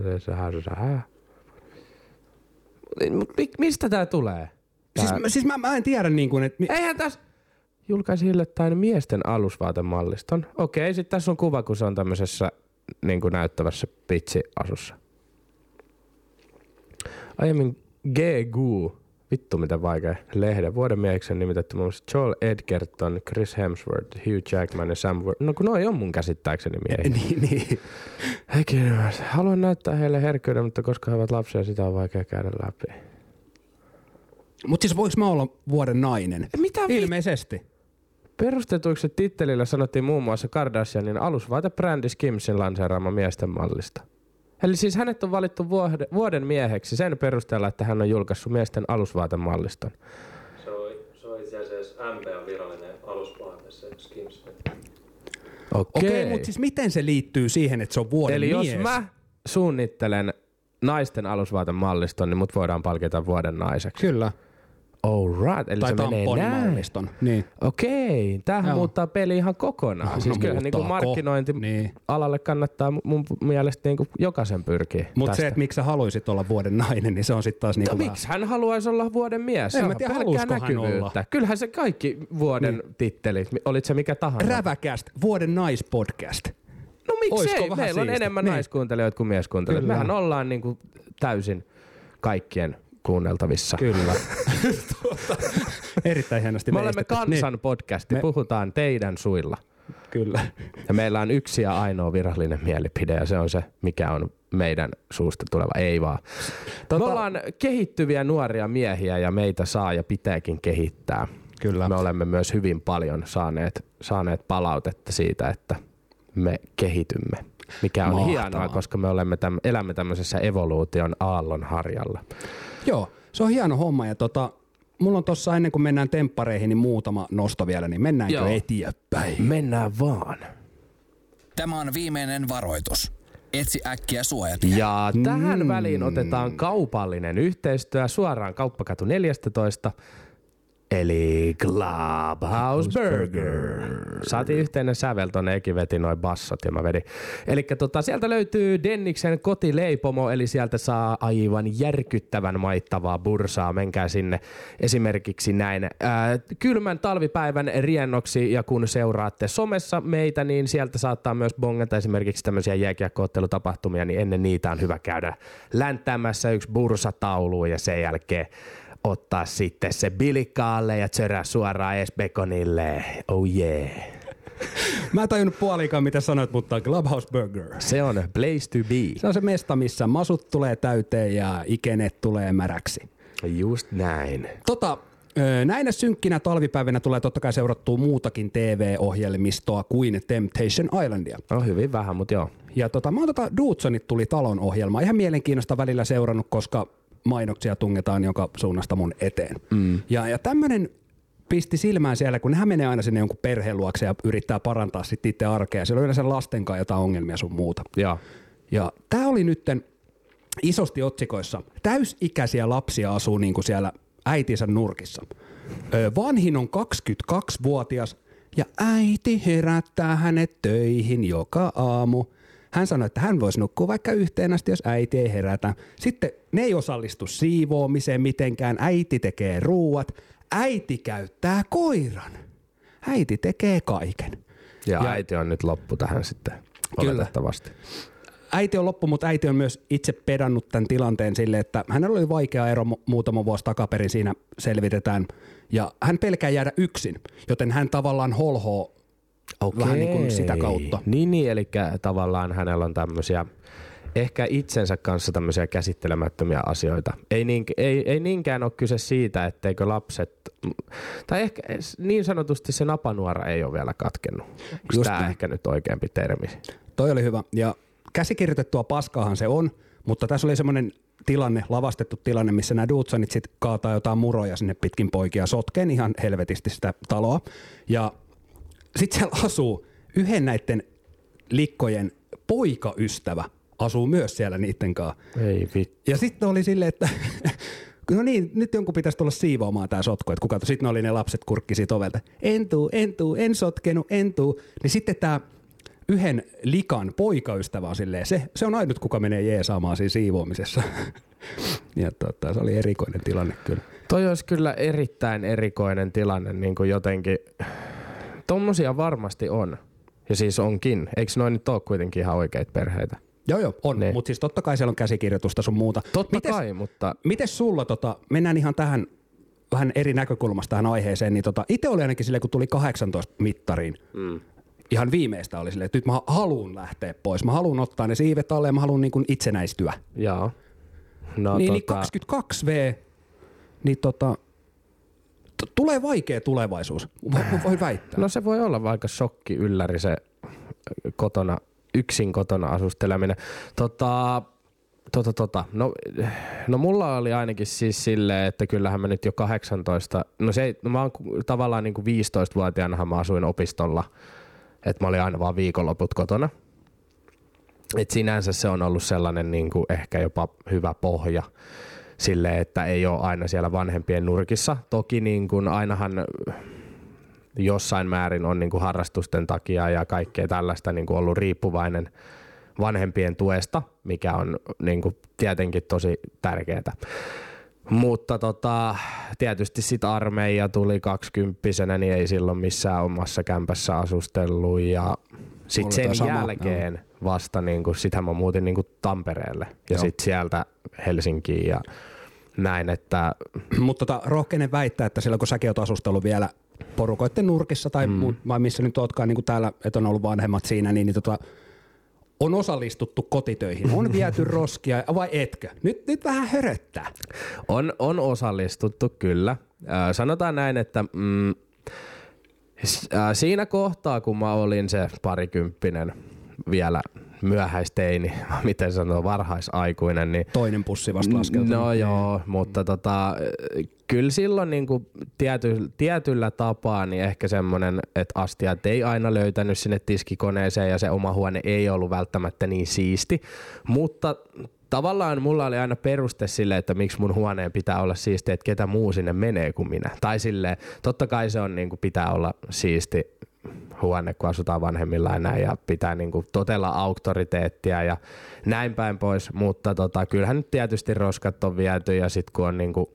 S3: mistä tää tulee?
S1: Siis mä en tiedä niin kuin, että...
S3: Eihän tässä... Julkaisi hiljattain miesten alusvaatemalliston. Okei, sit tässä on kuva, kun se on tämmöisessä niin kuin näyttävässä pitsi-asussa. Aiemmin G.G. Vittu miten vaikea. Lehden vuoden mieheksi on nimitetty muun muassa Joel Edgerton, Chris Hemsworth, Hugh Jackman ja Sam Worthington. No kun noi on mun käsittääkseni miehiä.
S1: Niin.
S3: Haluan näyttää heille herkkyyden, mutta koska he ovat lapsia, sitä on vaikea käydä läpi.
S1: Mut siis voiko mä olla vuoden nainen?
S3: Mitä
S1: ilmeisesti.
S3: Perustetuiksi tittelillä sanottiin muun muassa Kardashianin alusvaatebrändi Skimsin lanseeraama miesten mallista. Eli siis hänet on valittu vuoden mieheksi sen perusteella, että hän on julkaissut miesten alusvaatemalliston.
S5: Se on itse asiassa MP:n virallinen alusvaate, se Skims.
S1: Okei, mutta siis miten se liittyy siihen, että se on vuoden
S3: mies?
S1: Eli
S3: jos mä suunnittelen naisten alusvaatemalliston, niin mut voidaan palkita vuoden naiseksi.
S1: Kyllä.
S3: All right, eli
S1: tai
S3: se menee näin.
S1: Niin.
S3: Okei, tämähän muuttaa peli ihan kokonaan.
S1: No,
S3: siis kyllähän niinku markkinointialalle kannattaa mun mielestä niinku jokaisen pyrkiä.
S1: Mutta se, että miksi sä haluisit olla vuoden nainen, niin se on sitten taas niinku
S3: vähän... miksi hän haluaisi olla vuoden mies?
S1: En mä tiedä, haluaisiko hän olla.
S3: Kyllähän se kaikki vuoden tittelit, olit se mikä tahansa.
S1: Räväkäst, vuoden naispodcast.
S3: No miksei? Meillä on enemmän naiskuuntelijoita kuin mieskuuntelijoita. Mehän ollaan niinku täysin kaikkien kuunneltavissa.
S1: Kyllä. Erittäin hienosti.
S3: Me olemme kansan podcasti, puhutaan teidän suilla.
S1: Kyllä.
S3: Ja meillä on yksi ja ainoa virallinen mielipide ja se on se, mikä on meidän suusta tuleva. Ei vaan. Me ollaan kehittyviä nuoria miehiä ja meitä saa ja pitääkin kehittää.
S1: Kyllä.
S3: Me olemme myös hyvin paljon saaneet palautetta siitä, että me kehitymme. Mikä on hienoa, koska me elämme tämmöisessä evoluution aallonharjalla.
S1: Joo, se on hieno homma ja mulla on tossa ennen kuin mennään temppareihin niin muutama nosto vielä, niin mennäänkö eteenpäin?
S3: Mennään vaan.
S4: Tämä on viimeinen varoitus. Etsi äkkiä suojat.
S3: Ja tähän väliin otetaan kaupallinen yhteistyö suoraan Kauppakatu 14. Eli Clubhouse Burger. Saatiin yhteinen sävel tonne, Eki veti noi bassot ja mä vedin. Elikkä sieltä löytyy Denniksen kotileipomo, eli sieltä saa aivan järkyttävän maittavaa bursaa. Menkää sinne esimerkiksi näin kylmän talvipäivän riennoksi ja kun seuraatte somessa meitä, niin sieltä saattaa myös bongata esimerkiksi tämmöisiä jääkiekko-ottelutapahtumia, niin ennen niitä on hyvä käydä länttäämässä yksi bursataulu ja sen jälkeen ottaa sitten se bilikaalle ja tsörää suoraan Esbekonille. Oh yeah.
S1: Mä en tajunnut puolikaan mitä sanoit, mutta Clubhouse Burger.
S3: Se on place to be.
S1: Se on se mesta, missä masut tulee täyteen ja ikenet tulee märäksi.
S3: Just näin.
S1: Näinä synkkinä talvipäivinä tulee totta kai seurattua muutakin TV-ohjelmistoa kuin Temptation Islandia.
S3: No hyvin vähän, mutta joo.
S1: Ja mä oon Dudesonit tuli talon ohjelmaa. Ihan mielenkiinnosta välillä seurannut, koska mainoksia tungetaan joka suunnasta mun eteen. Ja tämmönen pisti silmään siellä, kun nehän menee aina sinne jonkun perheen luokse ja yrittää parantaa sitten itse arkea. Siellä on yleensä lasten kanssa jotain ongelmia sun muuta. Ja tää oli nytten isosti otsikoissa. Täysikäisiä lapsia asuu niinku siellä äitinsä nurkissa. Vanhin on 22-vuotias ja äiti herättää hänet töihin joka aamu. Hän sanoi, että hän voisi nukkua vaikka yhteen asti, jos äiti ei herätä. Sitten ne ei osallistu siivoamiseen mitenkään. Äiti tekee ruuat. Äiti käyttää koiran. Äiti tekee kaiken.
S3: Ja äiti on nyt loppu tähän sitten. Oletettavasti.
S1: Äiti on loppu, mutta äiti on myös itse pedannut tämän tilanteen sille, että hänellä oli vaikea ero muutama vuosi takaperin, siinä selvitetään. Ja hän pelkää jäädä yksin, joten hän tavallaan holhoo vähän niin kuin sitä kautta.
S3: Niin, eli tavallaan hänellä on tämmöisiä ehkä itsensä kanssa tämmöisiä käsittelemättömiä asioita. Ei niinkään ole kyse siitä, etteikö lapset, tai ehkä niin sanotusti se napanuora ei ole vielä katkennut. Onko tämä ehkä nyt oikeampi termi?
S1: Toi oli hyvä. Ja käsikirjoitettua paskaahan se on, mutta tässä oli semmoinen tilanne, lavastettu tilanne, missä nämä Dudsonit sit kaataa jotain muroja sinne pitkin poikia, sotkeen ihan helvetisti sitä taloa. Ja sit siellä asuu yhden näiden likkojen poikaystävä, asuu myös siellä niitten kanssa.
S3: Ei vittu.
S1: Ja sitten oli silleen, että no niin, nyt jonkun pitäisi tulla siivoamaan tää sotku, että kuka sitten oli ne lapset kurkki siitä ovelta. En sotkenut. Niin sitten tää yhden likan poikaystävä on silleen, se on ainut, kuka menee jeesaamaan siinä siivoamisessa. Ja se oli erikoinen tilanne kyllä.
S3: Toi olisi kyllä erittäin erikoinen tilanne, niin kuin jotenkin. Tommosia varmasti on. Ja siis onkin. Eikö noin nyt ole kuitenkin ihan oikeita perheitä?
S1: Joo, on. Mutta siis totta kai siellä on käsikirjoitusta sun muuta.
S3: Mutta
S1: Mites sulla, mennään ihan tähän vähän eri näkökulmasta tähän aiheeseen, niin itse oli ainakin silleen, kun tuli 18 mittariin, ihan viimeistä oli silleen, että nyt mä haluun lähteä pois. Mä haluun ottaa ne siivet alle ja mä haluun niin kuin itsenäistyä.
S3: Joo. No,
S1: niin 22V, niin tulee vaikea tulevaisuus. Voin väittää.
S3: No se voi olla vaikka shokki ylläri se yksin kotona asusteleminen. No mulla oli ainakin siis silleen, että kyllähän mä nyt jo 18, mä oon tavallaan niin kuin 15-vuotiaanahan mä asuin opistolla, että mä olin aina vaan viikonloput kotona. Et sinänsä se on ollut sellainen niin kuin ehkä jopa hyvä pohja silleen, että ei ole aina siellä vanhempien nurkissa. Toki niin kuin ainahan jossain määrin on niin kuin harrastusten takia ja kaikkea tällaista niin kuin ollut riippuvainen vanhempien tuesta, mikä on niin kuin tietenkin tosi tärkeää. Mutta tietysti sit armeija tuli 20-vuotiaana, niin ei silloin missään omassa kämpässä asustellut ja sit sen jälkeen vasta niinku sitähän mä muutin niinku Tampereelle ja sit sieltä Helsinkiin ja näin, että
S1: mutta rohkeinen väittää, että silloin kun säkin oot asustellut vielä porukoitten nurkissa tai missä nyt ootkaan niinku täällä, että on ollut vanhemmat siinä, niin on osallistuttu kotitöihin, on viety roskia, vai etkö? Nyt vähän höröttää.
S3: On osallistuttu kyllä. Sanotaan näin, että siinä kohtaa, kun mä olin se parikymppinen vielä myöhäisteini, miten sanoo, varhaisaikuinen. Niin
S1: toinen pussi vasta laskeutunut.
S3: No joo, mutta kyllä silloin niinku tietyllä tapaa niin ehkä semmoinen, että astiat ei aina löytänyt sinne tiskikoneeseen ja se oma huone ei ollut välttämättä niin siisti, mutta tavallaan mulla oli aina peruste sille, että miksi mun huoneen pitää olla siisti, että ketä muu sinne menee kuin minä. Tai silleen, totta kai se on niinku pitää olla siisti huone, kun asutaan vanhemmilla ja näin, ja pitää niinku totella auktoriteettia ja näin päin pois, mutta kyllähän nyt tietysti roskat on viety ja sit kun on niinku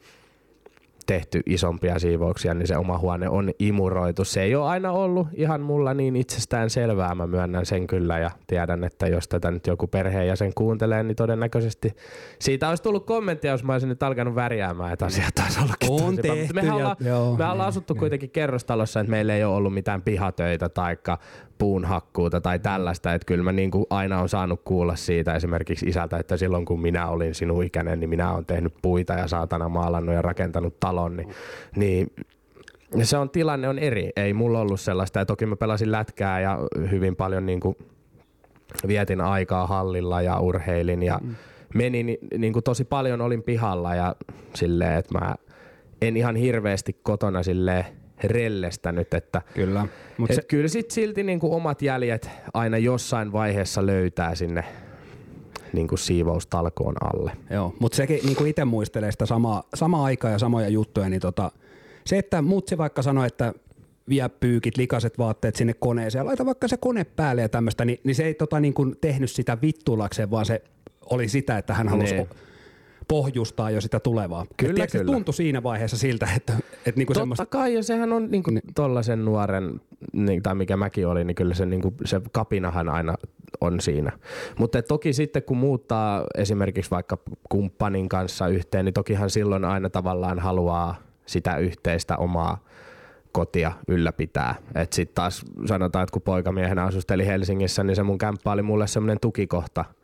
S3: tehty isompia siivouksia, niin se oma huone on imuroitu. Se ei ole aina ollut ihan mulla niin itsestään selvää, mä myönnän sen kyllä ja tiedän, että jos tätä nyt joku perheenjäsen kuuntelee, niin todennäköisesti siitä olisi tullut kommenttia, jos mä olisin nyt alkanut värjäämään, että asiat olisi ollutkin
S1: on tehty.
S3: Me ollaan asuttu kuitenkin kerrostalossa, että meillä ei ole ollut mitään pihatöitä taikka puunhakkuuta tai tällaista, että kyllä mä niin kuin aina on saanut kuulla siitä esimerkiksi isältä, että silloin kun minä olin sinun ikäinen, niin minä olen tehnyt puita ja saatana maalannut ja rakentanut talon, niin se on tilanne on eri. Ei mulla ollut sellaista ja toki mä pelasin lätkää ja hyvin paljon niin kuin vietin aikaa hallilla ja urheilin ja menin niin kuin tosi paljon olin pihalla ja silleen, että mä en ihan hirveästi kotona silleen rellestänyt, että
S1: kyllä,
S3: kyllä sit silti niinku omat jäljet aina jossain vaiheessa löytää sinne niinku siivoustalkoon alle.
S1: Joo, mutta sekin niinku itse muistelee sitä samaa aikaa ja samoja juttuja, niin se, että mutsi vaikka sanoi, että vie pyykit, likaset vaatteet sinne koneeseen ja laita vaikka se kone päälle ja tämmöistä, niin se ei niinku tehnyt sitä vittulakseen, vaan se oli sitä, että hän halusi pohjustaa jo sitä tulevaa.
S3: Kyllä.
S1: Se tuntui siinä vaiheessa siltä, että niinku
S3: totta
S1: semmoista
S3: kai, ja sehän on niinku tollasen nuoren, tai mikä mäkin olin, niin kyllä se, niinku, se kapinahan aina on siinä. Mutta toki sitten kun muuttaa esimerkiksi vaikka kumppanin kanssa yhteen, niin tokihan silloin aina tavallaan haluaa sitä yhteistä omaa kotia ylläpitää. Et sit taas sanotaan, että kun poikamiehenä asusteli Helsingissä, niin se mun kämppä oli mulle semmoinen tukikohta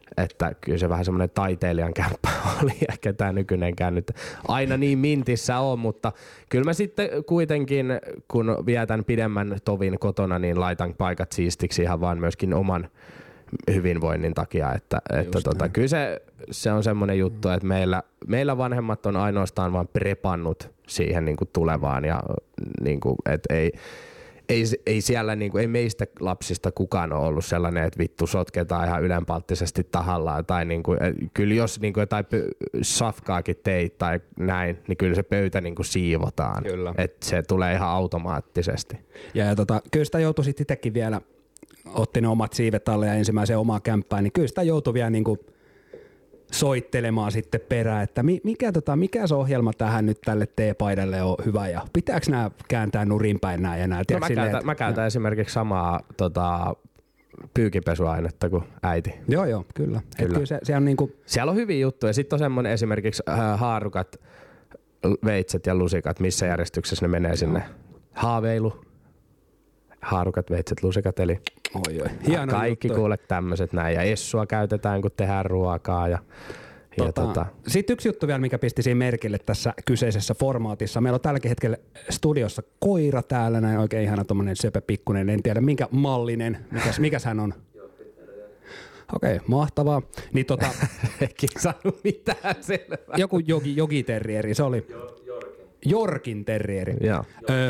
S3: Että kyllä se vähän semmoinen taiteilijan kämppä oli, ehkä tämä nykyinenkään nyt aina niin mintissä on, mutta kyllä mä sitten kuitenkin, kun vietän pidemmän tovin kotona, niin laitan paikat siistiksi ihan vaan myöskin oman hyvinvoinnin takia, että kyllä se on semmoinen juttu, että meillä vanhemmat on ainoastaan vaan prepannut siihen niin kuin tulevaan ja niin kuin, että ei siellä niinku, ei meistä lapsista kukaan ole ollut sellainen, että vittu sotketaan ihan ylenpalttisesti tahallaan tai niinku, kyllä jos niinku jotain safkaakin teit tai näin, niin kyllä se pöytä niinku siivotaan. Että se tulee ihan automaattisesti.
S1: Ja kyllä sitä joutui sitten itsekin vielä, otti ne omat siivet alle ja ensimmäiseen omaan kämppään, niin kyllä sitä joutui vielä niinku soittelemaan sitten perään, että mikä se ohjelma tähän nyt tälle teepaidalle on hyvä ja pitääkö nämä kääntää nurin päin nämä ja nämä?
S3: Mä käytän esimerkiksi samaa pyykipesuainetta kuin äiti.
S1: Joo, kyllä. Kyllä se on niinku...
S3: Siellä on hyviä juttuja. Sitten on semmoinen esimerkiksi haarukat, veitset ja lusikat, missä järjestyksessä ne menee sinne. Haaveilu, haarukat, veitset, lusikat, eli
S1: hieno
S3: kaikki
S1: juttu.
S3: Kuule tämmöiset näin. Ja essua käytetään, kun tehdään ruokaa.
S1: Sitten yksi juttu vielä, mikä pisti siinä merkille tässä kyseisessä formaatissa. Meillä on tälläkin hetkellä studiossa koira täällä, näin oikein ihana tommonen söpö pikkunen. En tiedä minkä mallinen, mikäs hän on? Okei, mahtavaa. Niin
S3: Eikin saanut mitään selvää.
S1: Joku jogiterrieri, se oli. Jorkin terrieri.
S3: Joo.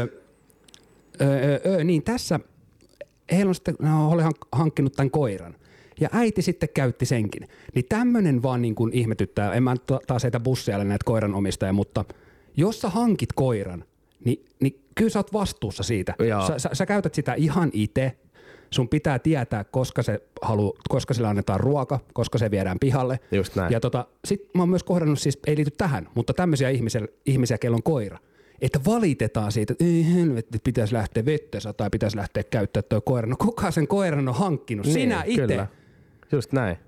S1: Niin tässä heillä on sitten, oli hankkinut tämän koiran. Ja äiti sitten käytti senkin. Niin tämmönen vaan niin kuin ihmetyttää. En mä taas heitä busseille näitä koiran omistajia, mutta jos sä hankit koiran, niin kyllä sä oot vastuussa siitä. Sä käytät sitä ihan itse. Sun pitää tietää, koska sillä annetaan ruoka, koska se viedään pihalle.
S3: Just näin.
S1: Ja sit mä oon myös kohdannut, siis ei liity tähän, mutta tämmöisiä ihmisiä, kello on koira. Että valitetaan siitä, että ei helvetti, pitäisi lähteä vettä tai pitäisi lähteä käyttää tuo koira. No kuka sen koiran on hankkinut? Niin, sinä itse.
S3: Kyllä. Just näin.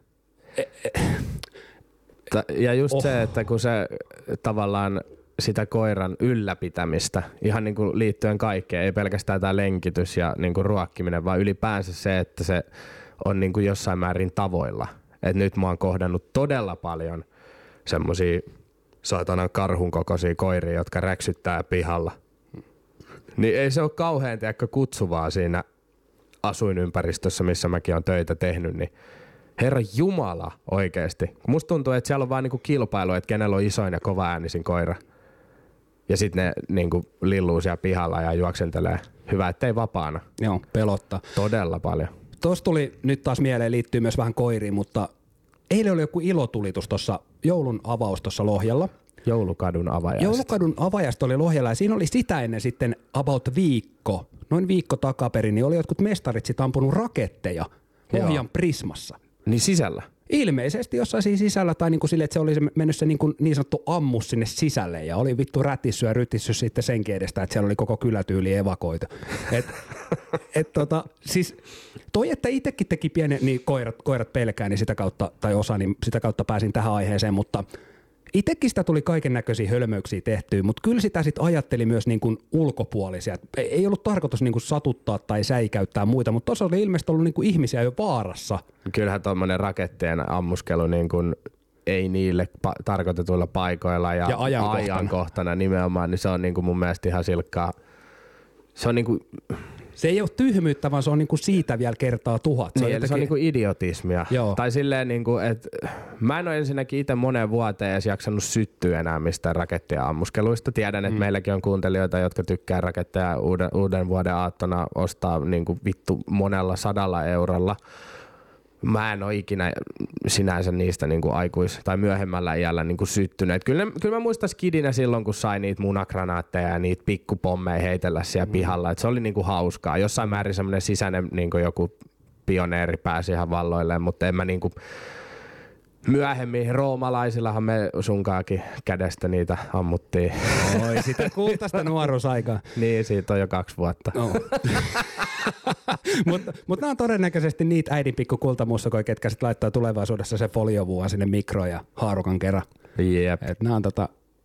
S3: Ja just se, että kun se tavallaan sitä koiran ylläpitämistä, ihan niin kuin liittyen kaikkeen, ei pelkästään tämä lenkitys ja niin kuin ruokkiminen, vaan ylipäänsä se, että se on niin kuin jossain määrin tavoilla. Et nyt mä oon kohdannut todella paljon semmosia saatanan karhun kokoisia koiria, jotka räksyttää pihalla. Niin ei se ole kauhean kutsuvaa siinä asuinympäristössä, missä mäkin olen töitä tehnyt, niin Herra Jumala oikeesti. Musta tuntuu, että siellä on vaan niinku kilpailu, että kenellä on isoin ja kova äänisin koira. Ja sitten ne niinku lilluu siellä pihalla ja juoksentelee. Hyvä, ettei vapaana.
S1: Joo, pelottaa.
S3: Todella paljon.
S1: Tuossa tuli nyt taas mieleen, liittyy myös vähän koiriin, mutta eilen oli joku ilotulitus tuossa joulun avaus tuossa Lohjalla.
S3: Joulukadun avajaiset.
S1: Joulukadun avajaiset oli Lohjalla ja siinä oli sitä ennen sitten about noin viikko takaperin, niin oli jotkut mestarit sitten ampunut raketteja Lohjan Prismassa.
S3: Niin sisällä?
S1: Ilmeisesti jossain siinä sisällä tai niin kuin sille, että se oli mennyt se niin sanottu ammus sinne sisälle ja oli vittu rätissyt ja rytissyt sitten senkin edestä, että siellä oli koko kylätyyli evakoita. Siis toi, että itsekin teki pienen, niin koirat pelkää, niin sitä kautta, tai osa, niin sitä kautta pääsin tähän aiheeseen, mutta itsekin sitä tuli kaiken näköisiä hölmöyksiä tehtyä, mutta kyllä sitä sitten ajatteli myös niin kuin ulkopuolisia. Ei ollut tarkoitus niin kuin satuttaa tai säikäyttää muita, mutta tuossa oli ilmeisesti ollut niin kuin ihmisiä jo vaarassa. Kyllähän
S3: tuommoinen rakettien ammuskelu niin kuin ei niille tarkoitetuilla paikoilla ja ajankohtana nimenomaan, niin se on niin kuin mun mielestä ihan silkkaa. Se on niin kuin...
S1: Se ei ole tyhmyyttä, vaan se on niinku siitä vielä kertaa 1000.
S3: Se on niinku idiotismia.
S1: Joo.
S3: Tai silleen, niinku, että mä en ole ensinnäkin itse moneen vuoteen edes jaksanut syttyä enää mistään rakettia ammuskeluista. Tiedän, että meilläkin on kuuntelijoita, jotka tykkää raketteja uuden vuoden aattona ostaa niinku vittu monella 100 eurolla. Mä en ole ikinä sinänsä niistä niinku tai myöhemmällä iällä niinku syttyneet. Kyllä mä muistan skidinä silloin, kun sai niitä munagranaatteja ja niitä pikkupommeja heitellä siellä pihalla. Et se oli niinku hauskaa. Jossain määrin semmoinen sisäinen niinku joku pioneeri pääsi ihan valloilleen, mutta en mä niinku... Myöhemmin roomalaisillahan me sunkaakin kädestä niitä ammuttiin.
S1: Oi, sitä kultaista nuoruusaikaa.
S3: Niin, siitä on jo 2 vuotta.
S1: No. Mutta nämä on todennäköisesti niitä äidin pikku kultamussakoja, ketkä sitten laittaa tulevaisuudessa se foliovua sinne mikroon ja haarukan kerran.
S3: Jep.
S1: Nämä on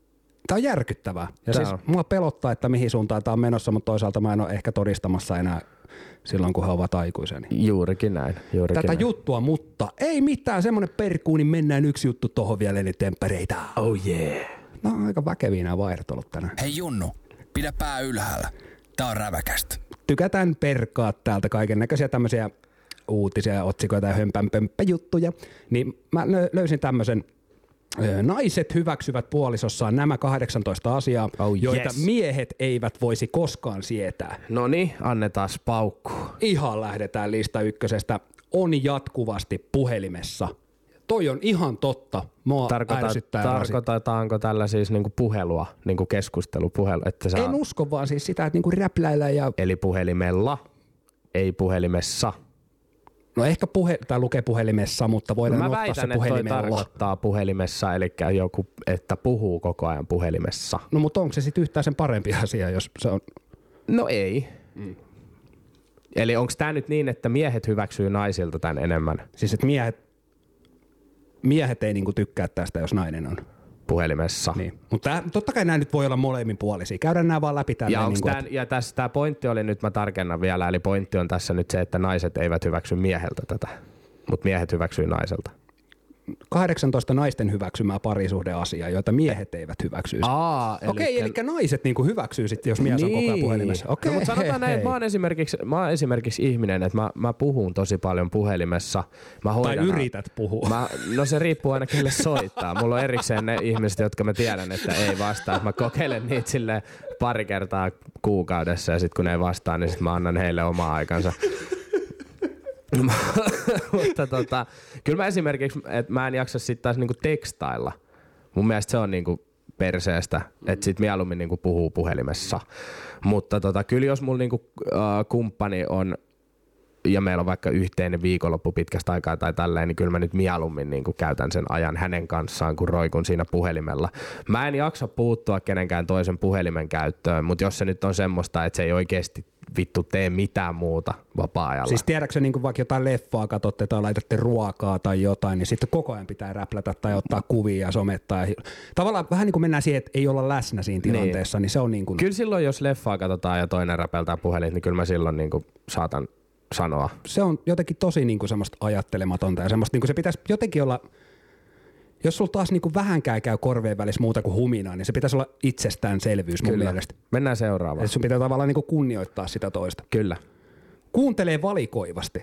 S1: Tää on järkyttävää. Ja siis mua pelottaa, että mihin suuntaan tää on menossa, mutta toisaalta mä en ole ehkä todistamassa enää silloin, kun he ovat aikuisia. Niin.
S3: Juurikin näin.
S1: Tätä juttua, mutta ei mitään. Semmonen perkuu, niin mennään yksi juttu tohon vielä, eli temppareita.
S3: Oh yeah.
S1: No aika väkeviä nämä vaihdot ollut tänään.
S4: Hei Junnu, pidä pää ylhäällä. Tää on räväkästä.
S1: Tykätään perkaa täältä kaiken näköisiä tämmöisiä uutisia, otsikoita ja hömpänpömppäjuttuja. Niin mä löysin tämmöisen naiset hyväksyvät puolisossaan nämä 18 asiaa, joita miehet eivät voisi koskaan sietää.
S3: Noniin, annetaan paukku.
S1: Ihan lähdetään lista ykkösestä. On jatkuvasti puhelimessa. Toi on ihan totta. Mua ärsyttää.
S3: Tarkoitetaanko tällä siis niinku puhelua, niinku keskustelupuhelu? Että
S1: en usko vaan siis sitä, että niinku räpläillä ja...
S3: Eli puhelimella, ei puhelimessa.
S1: No ehkä tai lukee puhelimessa, mutta voidaan ottaa se puhelimella. Mä väitän,
S3: että toi tarkoittaa puhelimessa, eli joku, että puhuu koko ajan puhelimessa.
S1: No mutta onko se sitten yhtään sen parempi asia, jos se on...
S3: No ei. Eli onko tää nyt niin, että miehet hyväksyy naisilta tän enemmän?
S1: Siis että miehet ei niinku tykkää tästä, jos nainen on
S3: puhelimessa.
S1: Niin. Mutta totta kai nämä nyt voi olla molemminpuolisia. Käydään nämä vaan läpi tälleen.
S3: Ja tässä tämä pointti oli nyt, mä tarkennan vielä, eli pointti on tässä nyt se, että naiset eivät hyväksy mieheltä tätä, mutta miehet hyväksyy naiselta.
S1: 18 naisten hyväksymää parisuhdeasiaa, joita miehet eivät hyväksy. Okei, eli naiset niinku hyväksyy sitten, jos mies on koko ajan puhelimessa. Okei,
S3: no, mutta sanotaan näin, että mä oon esimerkiksi ihminen, että mä puhun tosi paljon puhelimessa.
S1: Tai yrität puhua.
S3: No se riippuu aina kelle soittaa. Mulla on erikseen ne ihmiset, jotka mä tiedän, että ei vastaa. Mä kokeilen niitä silleen pari kertaa kuukaudessa ja sitten kun ne ei vastaa, niin sitten mä annan heille omaa aikansa. Mutta kyllä mä esimerkiksi, että mä en jaksa sit taas niinku tekstailla. Mun mielestä se on niinku perseestä, että sit mieluummin niinku puhuu puhelimessa. Mutta kyllä jos mulla niinku kumppani on ja meillä on vaikka yhteinen viikonloppu pitkästä aikaa tai tälleen, niin kyllä mä nyt mieluummin niinku käytän sen ajan hänen kanssaan, kun roikun siinä puhelimella. Mä en jaksa puuttua kenenkään toisen puhelimen käyttöön, mutta jos se nyt on semmoista, että se ei oikeesti vittu tee mitään muuta vapaa-ajalla.
S1: Siis tiedätkö niin vaikka jotain leffaa katsotte tai laitatte ruokaa tai jotain, niin sitten koko ajan pitää räplätä tai ottaa kuvia ja somettaa. Tavallaan vähän niin kuin mennään siihen, että ei olla läsnä siinä tilanteessa, niin se on niin kuin...
S3: Kyllä silloin, jos leffaa katsotaan ja toinen räpeltää puhelin, niin kyllä mä silloin niin kuin saatan sanoa.
S1: Se on jotenkin tosi niin kuin semmoista ajattelematonta ja semmoista, niin kuin se pitäisi jotenkin olla... Jos sulla taas niinku vähänkään käy korveen välissä muuta kuin huminaa, niin se pitäisi olla itsestäänselvyys mun mielestä.
S3: Mennään seuraavaan.
S1: Sun pitää tavallaan niinku kunnioittaa sitä toista.
S3: Kyllä.
S1: Kuuntelee valikoivasti.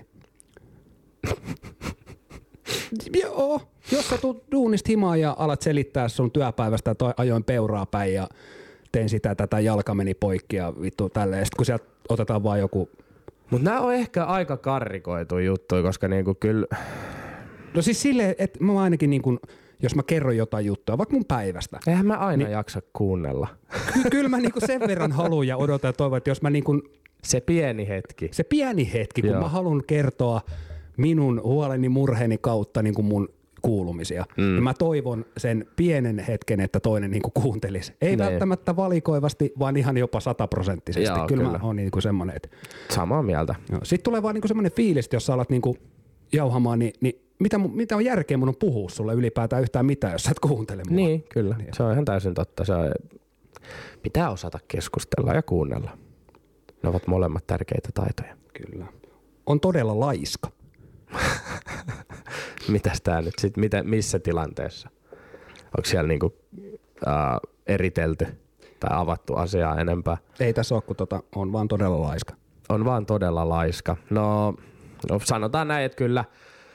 S1: Joo. Jos sä tuut duunista himaan ja alat selittää sun työpäivästä, että ajoin peuraa päin ja tein sitä, tätä jalka meni poikki ja vittu tälleen. Sitten kun sieltä otetaan vaan joku...
S3: Mut nää on ehkä aika karrikoitu juttuja, koska niinku kyllä...
S1: No siis silleen, että mä ainakin niinku... Jos mä kerron jotain juttua, vaikka mun päivästä.
S3: Eihän mä aina jaksa kuunnella.
S1: Kyllä mä niinku sen verran haluan ja odotan ja toivon, että jos mä niinku...
S3: Se pieni hetki.
S1: Kun mä haluan kertoa minun huoleni, murheeni kautta niinku mun kuulumisia. Ja mä toivon sen pienen hetken, että toinen niinku kuuntelisi. Ei välttämättä valikoivasti, vaan ihan jopa 100%.
S3: Joo,
S1: kyllä mä oon niinku semmonen, että...
S3: Samaa mieltä.
S1: Sitten tulee vaan niinku semmonen fiilis, että jos sä alat niinku jauhamaan, niin mitä on järkeä mun on puhua sulle ylipäätään yhtään mitään, jos sä et kuuntele mua.
S3: Niin, kyllä. Se on ihan täysin totta. Pitää osata keskustella ja kuunnella. Ne ovat molemmat tärkeitä taitoja.
S1: Kyllä. On todella laiska.
S3: Mitäs tää nyt sit, missä tilanteessa? Onko siellä niinku eritelty tai avattu asiaa enempää?
S1: Ei tässä ole, kun on vaan todella laiska.
S3: On vaan todella laiska. No sanotaan näin, että kyllä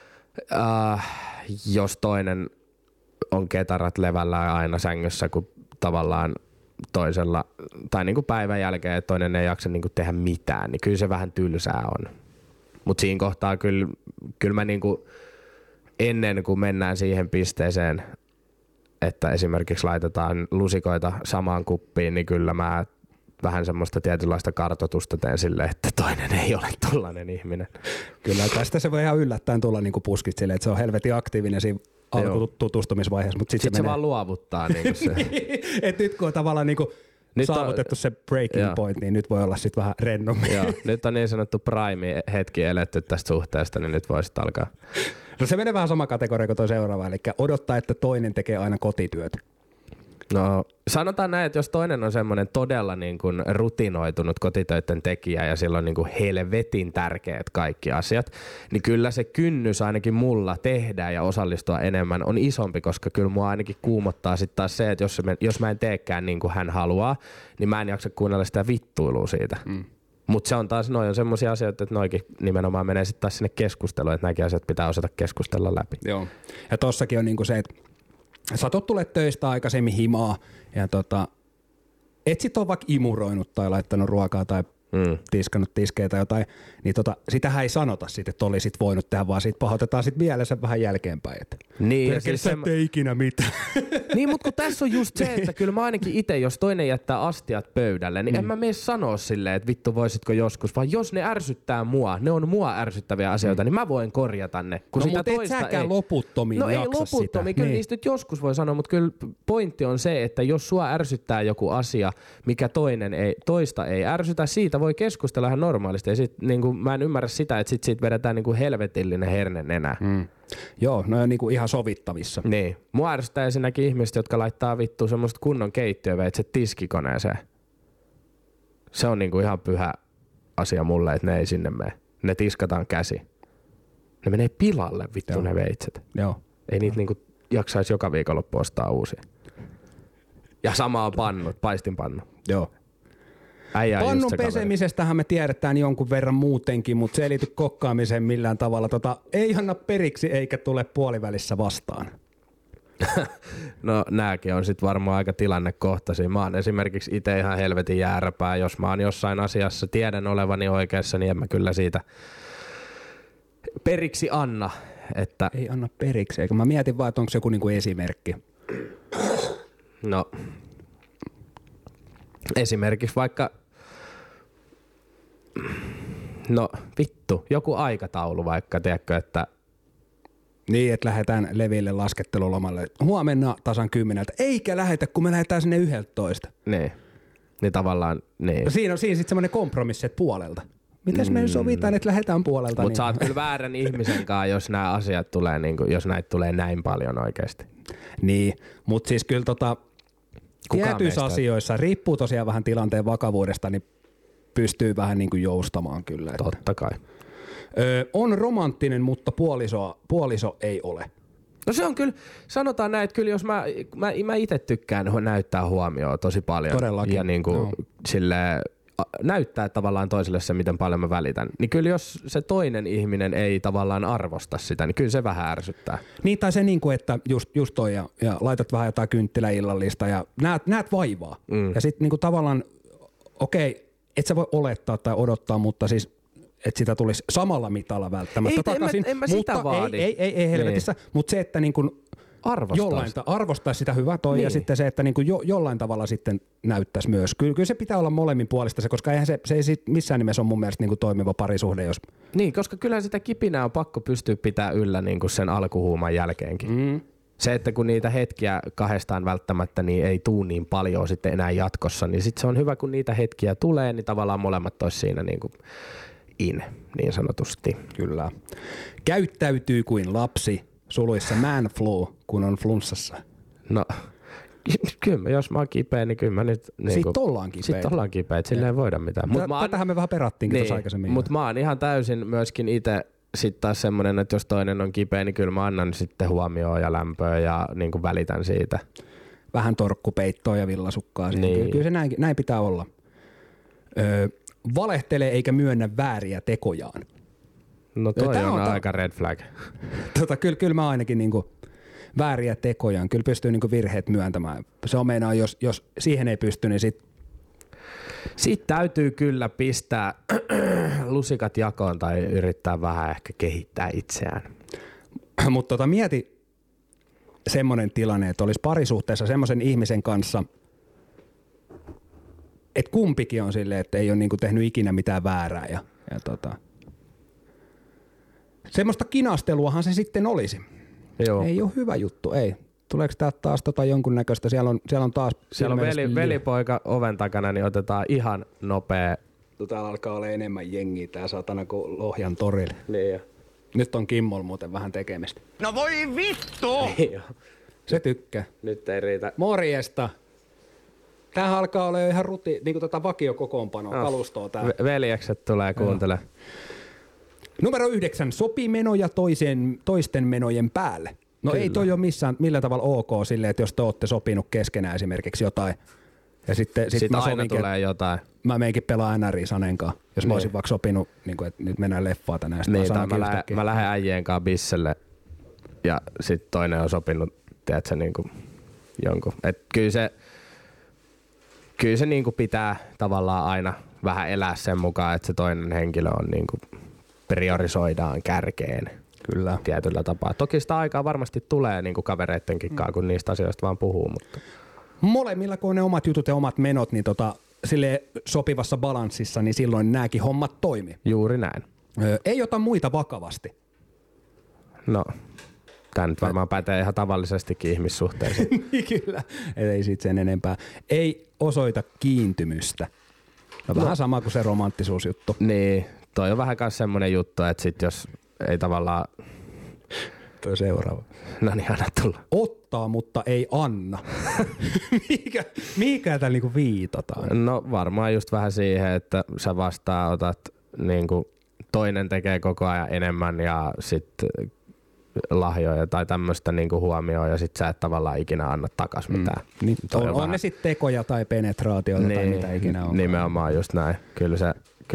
S3: jos toinen on ketarat levällään aina sängyssä, kun tavallaan toisella, tai niinku päivän jälkeen, että toinen ei jaksa niinku tehdä mitään, niin kyllä se vähän tylsää on. Mutta siinä kohtaa kyllä mä niinku ennen kuin mennään siihen pisteeseen, että esimerkiksi laitetaan lusikoita samaan kuppiin, niin kyllä mä vähän semmoista tietynlaista kartoitusta teen sille, että toinen ei ole tollainen ihminen.
S1: Kyllä, tästä se voi ihan yllättäen tulla niinku puskit silleen, että se on helvetin aktiivinen siinä alkututustumisvaiheessa, mutta sitten se
S3: vaan luovuttaa. Niinku se.
S1: Et nyt kun on tavallaan niinku saavutettu se breaking point, niin nyt voi olla sitten vähän rennommin.
S3: Joo, nyt on niin sanottu prime-hetki eletty tästä suhteesta, niin nyt voisit alkaa.
S1: No se menee vähän sama kategoria kuin toi seuraava, eli odottaa, että toinen tekee aina kotityöt.
S3: No sanotaan näin, että jos toinen on semmoinen todella niin kuin rutinoitunut kotitöiden tekijä ja sillä on niin kuin helvetin tärkeät kaikki asiat, niin kyllä se kynnys ainakin mulla tehdä ja osallistua enemmän on isompi, koska kyllä mua ainakin kuumottaa sitten taas se, että jos mä en teekään niin kuin hän haluaa, niin mä en jaksa kuunnella sitä vittuilua siitä. Mutta se on taas, noi on semmoisia asioita, että noikin nimenomaan menee sitten taas sinne keskusteluun, että nämäkin asiat pitää osata keskustella läpi.
S1: Joo. Ja tossakin on niinku se, että sä oot tulleet töistä aikaisemmin himaa ja et sit ole vaikka imuroinut tai laittanut ruokaa tai tiskannut tiskeitä tai jotain, niin sitähän ei sanota sitten, että olisit voinut tehdä, vaan siitä pahoitetaan sitten mielessä vähän jälkeenpäin. Että
S3: niin, ja
S1: siis sä ette ikinä mitään.
S3: Niin, mutta kun tässä on just se, että kyllä mä ainakin itse, jos toinen jättää astiat pöydälle, niin en mä mene sanoa silleen, että vittu voisitko joskus, vaan jos ne ärsyttää mua, ne on mua ärsyttäviä asioita, niin mä voin korjata ne. Kun
S1: no mutta et säkään loputtomiin
S3: no
S1: jaksa
S3: ei loputtomiin,
S1: sitä.
S3: kyllä niistä nyt joskus voi sanoa, mutta kyllä pointti on se, että jos sua ärsyttää joku asia, mikä toista ei ärsytä, siitä voi keskustella ihan normaalisti. Ja sit, niin kuin, mä en ymmärrä sitä, että siitä vedetään niin kuin helvetillinen hernenenä.
S1: Joo, no on niinku ihan sovittavissa.
S3: Niin. Mua ärsyttää ensinnäkin ihmiset, jotka laittaa vittu semmoista kunnon keittiöveitset tiskikoneeseen. Se on niinku ihan pyhä asia mulle, että ne ei sinne mene. Ne tiskataan käsi. Ne menee pilalle vittu ne veitset.
S1: Joo.
S3: Ei niitä niinku jaksaisi joka viikonloppu ostaa uusia. Ja sama on pannut, paistinpannu.
S1: Joo.
S3: Pannun
S1: pesemisestähän me tiedetään jonkun verran muutenkin, mutta se ei liity kokkaamiseen millään tavalla. Ei anna periksi eikä tule puolivälissä vastaan.
S3: No nääkin on sit varmaan aika tilannekohtaisia. Mä oon esimerkiksi itse ihan helvetin jääräpää. Jos mä oon jossain asiassa tiedän olevani oikeassa, niin en mä kyllä siitä periksi anna. Että
S1: ei anna periksi, eikö mä mietin vaan, että onko se joku niinku esimerkki.
S3: No esimerkiksi vaikka, no vittu, joku aikataulu vaikka, tiedätkö, että
S1: niin, että lähdetään leville laskettelulomalle huomenna tasan 10, eikä lähetä, kun me lähdetään sinne 11.
S3: Niin tavallaan, niin.
S1: No siinä on sitten semmoinen kompromissi, että puolelta. Mitäs me sovitaan, että lähdetään puolelta?
S3: Mutta
S1: niin.
S3: sä oot kyllä väärän ihmisen kanssa, jos nämä asiat tulee, niin kuin, jos näitä tulee näin paljon oikeasti.
S1: Niin, mutta siis kyllä tietyissä asioissa, riippuu tosiaan vähän tilanteen vakavuudesta, niin pystyy vähän niin kuin joustamaan kyllä. Että.
S3: Totta kai.
S1: On romanttinen, mutta puoliso ei ole.
S3: No se on kyllä, sanotaan näin, että kyllä jos mä itse tykkään näyttää huomioon tosi paljon.
S1: Todellakin.
S3: Ja niin kuin silleen, näyttää tavallaan toiselle se, miten paljon mä välitän. Niin kyllä jos se toinen ihminen ei tavallaan arvosta sitä, niin kyllä se vähän ärsyttää.
S1: Niin tai se niinku, että just toi ja laitat vähän jotain kynttiläillallista ja näet vaivaa. Ja sit niinku tavallaan, okei, et sä voi olettaa tai odottaa, mutta siis että sitä tulisi samalla mitalla välttämättä takaisin.
S3: En mä sitä vaadi.
S1: Ei helvetissä, mutta se, että niinku arvostaisi sitä hyvää toi ja sitten se, että niinku jollain tavalla sitten näyttäisi myös. Kyllä se pitää olla molemmin puolista se, koska eihän se ei missään nimessä ole mun mielestä niinku toimiva parisuhde, jos.
S3: Niin, koska kyllähän sitä kipinää on pakko pystyä pitää yllä niinku sen alkuhuuman jälkeenkin. Se, että kun niitä hetkiä kahdestaan välttämättä niin ei tuu niin paljon sitten enää jatkossa, niin sitten se on hyvä, kun niitä hetkiä tulee, niin tavallaan molemmat olisi siinä niinku niin sanotusti.
S1: Kyllä. Käyttäytyy kuin lapsi, suluissa man flu, kun on flunssassa.
S3: No, kyllä, jos mä oon kipeä, niin kyllä mä nyt. Niin
S1: sitten ollaan kipeä.
S3: Sitten ollaan kipeä, että sillä ei voida mitään.
S1: Tätähän me vähän perattiinkin
S3: niin,
S1: tuossa aikaisemmin.
S3: Mutta mä oon ihan täysin myöskin itse sitten taas semmonen, että jos toinen on kipeä, niin kyllä mä annan sitten huomioon ja lämpöä ja niin kuin välitän siitä. Vähän
S1: torkkupeittoa ja villasukkaa. Niin. Kyllä se näin pitää olla. Valehtelee eikä myönnä vääriä tekojaan.
S3: No toi on aika red flag.
S1: Kyllä mä ainakin niinku vääriä tekojaan. Kyllä pystyy niinku virheet myöntämään. Se on meinaa, jos siihen ei pysty, niin
S3: Siitä täytyy kyllä pistää lusikat jakoon tai yrittää vähän ehkä kehittää itseään.
S1: Mutta mieti semmoinen tilanne, että olisi parisuhteessa semmoisen ihmisen kanssa, että kumpikin on silleen, että ei ole niinku tehnyt ikinä mitään väärää ja semmoista kinasteluahan se sitten olisi.
S3: Joo.
S1: Ei ole hyvä juttu, ei. Tuleeko tää taas jonkunnäköistä? Siellä on taas
S3: velipoika oven takana, niin otetaan ihan nopea.
S1: Täällä alkaa olla enemmän jengiä tää satana kuin Lohjan torille.
S3: Niin jo.
S1: Nyt on Kimmolla muuten vähän tekemistä.
S7: No voi vittu!
S3: Niin jo.
S1: Se tykkää.
S3: Nyt ei riitä.
S1: Morjesta. Tämähän alkaa olla jo ihan niinku vakiokokoonpanoa, kalustoa tää.
S3: Veljekset tulee kuuntele.
S1: Numero 9. Sopii menoja toisten menojen päälle. No kyllä. Ei toi ole millä tavalla ok silleen, että jos te ootte sopinut keskenään esimerkiksi jotain. Ja sitten mä
S3: aina
S1: sovinkin,
S3: tulee jotain.
S1: Mä meinkin pelaa NRI Sanenkaan. Jos mä olisin vaikka sopinut, niin että nyt mennään leffaan tänään.
S3: Niin, mä lähden äijien kanssa bisselle ja sitten toinen on sopinut, tiedätkö, niinku jonkun. Et kyllä se niinku pitää tavallaan aina vähän elää sen mukaan, että se toinen henkilö on niinku priorisoidaan kärkeen.
S1: Kyllä.
S3: Tietyllä tapaa. Toki sitä aikaa varmasti tulee niinku kavereittenkin kanssa, kun niistä asioista vaan puhuu. Mutta.
S1: Molemmilla, kun on ne omat jutut ja omat menot, niin silleen sopivassa balanssissa, niin silloin nääkin hommat toimii.
S3: Juuri näin.
S1: Ei ota muita vakavasti.
S3: No, tämä nyt varmaan pätee ihan tavallisestikin ihmissuhteisiin.
S1: Kyllä, ei siitä sen enempää. Ei osoita kiintymystä. No vähän sama kuin se romanttisuusjuttu.
S3: Niin, toi on vähän myös semmoinen juttu, että sit jos ei tavallaan.
S1: Toi seuraava.
S3: No niin, anna tulla.
S1: Ottaa, mutta ei anna. Mikä täällä niinku viitataan?
S3: No varmaan just vähän siihen, että sä vastaanotat niinku toinen tekee koko ajan enemmän ja sitten lahjoja tai tämmöistä niinku huomioon ja sit sä et tavallaan ikinä anna takas mitään.
S1: Niin, on ne sitten tekoja tai penetraatiota tai mitä ikinä on.
S3: Nimenomaan just näin. Kyllä se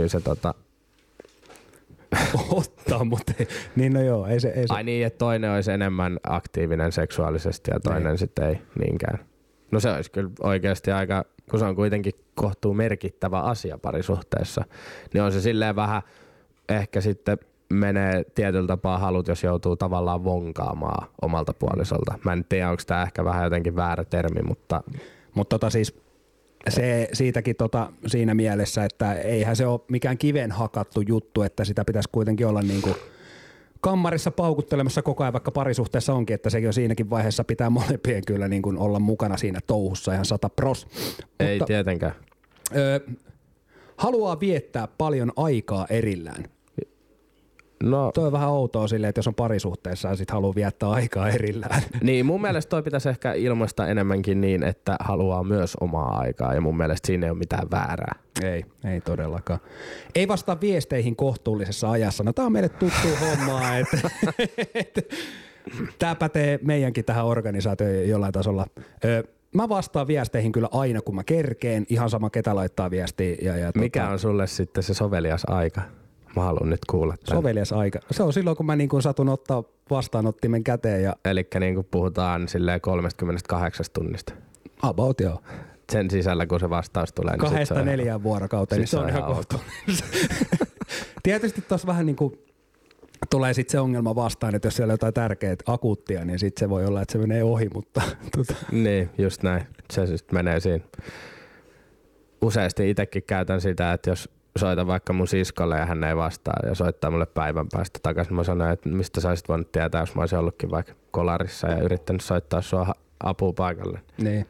S1: ottaa, mutta ei. Niin no joo, ei se.
S3: Ai niin, että toinen olisi enemmän aktiivinen seksuaalisesti ja toinen sitten ei niinkään. No se olisi kyllä oikeasti aika, kun se on kuitenkin kohtuu merkittävä asia parisuhteessa, niin on se silleen vähän ehkä sitten menee tietyllä tapaa halut, jos joutuu tavallaan vonkaamaan omalta puolisolta. Mä en tiedä, onko tämä ehkä vähän jotenkin väärä termi, mutta.
S1: Mutta siis se siitäkin siinä mielessä, että eihän se ole mikään kiven hakattu juttu, että sitä pitäisi kuitenkin olla niinku kammarissa paukuttelemassa koko ajan, vaikka parisuhteessa onkin, että sekin on siinäkin vaiheessa pitää molempien kyllä niin kuin olla mukana siinä touhussa ihan 100%.
S3: Ei tietenkään.
S1: Haluaa viettää paljon aikaa erillään.
S3: No,
S1: toi on vähän outoa silleen, että jos on parisuhteessa ja sit haluaa viettää aikaa erillään.
S3: Niin, mun mielestä toi pitäisi ehkä ilmaista enemmänkin niin, että haluaa myös omaa aikaa ja mun mielestä siinä ei ole mitään väärää.
S1: Ei todellakaan. Ei vastaa viesteihin kohtuullisessa ajassa. No tää on meille tuttu hommaa, että tää pätee meidänkin tähän organisaatioon jollain tasolla. Mä vastaan viesteihin kyllä aina, kun mä kerkeen. Ihan sama, ketä laittaa viestiä.
S3: Mikä on sulle sitten se sovelias aika? Mä haluan nyt kuulla tämän.
S1: Sovelias aika. Se on silloin, kun mä niin kuin satun ottaa vastaanottimen käteen.
S3: Elikkä niin kuin puhutaan silleen 38 tunnista.
S1: About joo.
S3: Sen sisällä, kun se vastaus tulee.
S1: 2-4 vuorokauteen, niin se on ihan kohtuullinen. Tietysti tuossa vähän niin kuin tulee sitten se ongelma vastaan, että jos siellä on jotain tärkeää akuuttia, niin sitten se voi olla, että se menee ohi, mutta.
S3: Niin, just näin. Se sitten menee siinä. Useasti itsekin käytän sitä, että jos soitan vaikka mun siskolle ja hän ei vastaa ja soittaa mulle päivän päästä takaisin. Mä sanoin, että mistä sä olisit voinut tietää, jos mä olisin ollutkin vaikka kolarissa ja yrittänyt soittaa sua apua paikalle.
S1: Niin.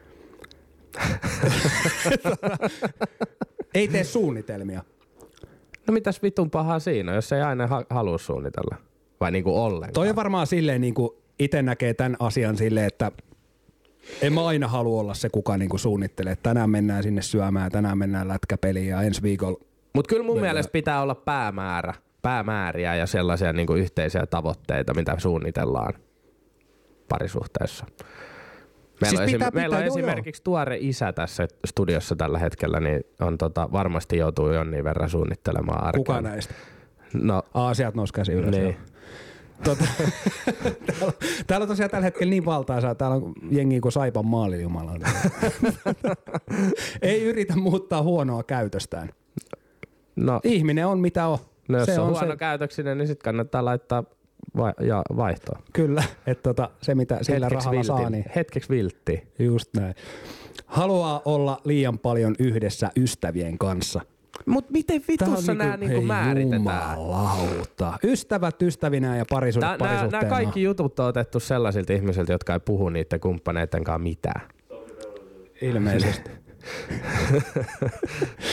S1: Ei tee suunnitelmia.
S3: No mitäs vitun pahaa siinä, jos ei aina halua suunnitella? Vai niinku ollenkaan?
S1: Toi on varmaan silleen, niinku itse näkee tämän asian silleen, että en mä aina halua olla se, kuka niinku suunnittelee. Tänään mennään sinne syömään, tänään mennään lätkäpeliin ja ensi viikolla.
S3: Mut kyllä mun mielestä pitää olla päämääriä ja sellaisia niinku yhteisiä tavoitteita, mitä suunnitellaan parisuhteessa. Meillä on esimerkiksi tuore isä tässä studiossa tällä hetkellä, niin on varmasti joutuu jonnin verran suunnittelemaan arkea.
S1: Kuka näistä?
S3: No.
S1: Sieltä nousi käsi ylös.
S3: Niin.
S1: Täällä on tosiaan tällä hetkellä niin valtaisaa, täällä on jengi kuin Saipan maalijumala. Ei yritä muuttaa huonoa käytöstään.
S3: No.
S1: Ihminen on mitä on.
S3: No, jos se on huono käytöksinen, niin sitten kannattaa laittaa vaihtoa.
S1: Kyllä, että se mitä sillä rahalla saa. Niin
S3: hetkeksi viltti.
S1: Just näin. Haluaa olla liian paljon yhdessä ystävien kanssa.
S3: Mut miten vitussa nää niinku määritetään?
S1: Jumalauta. Ystävät ystävinään ja parisuudet parisuhteena.
S3: Nämä kaikki jutut on otettu sellaisilta ihmisiltä, jotka ei puhu niiden kumppaneiden kanssa mitään.
S1: Ilmeisesti.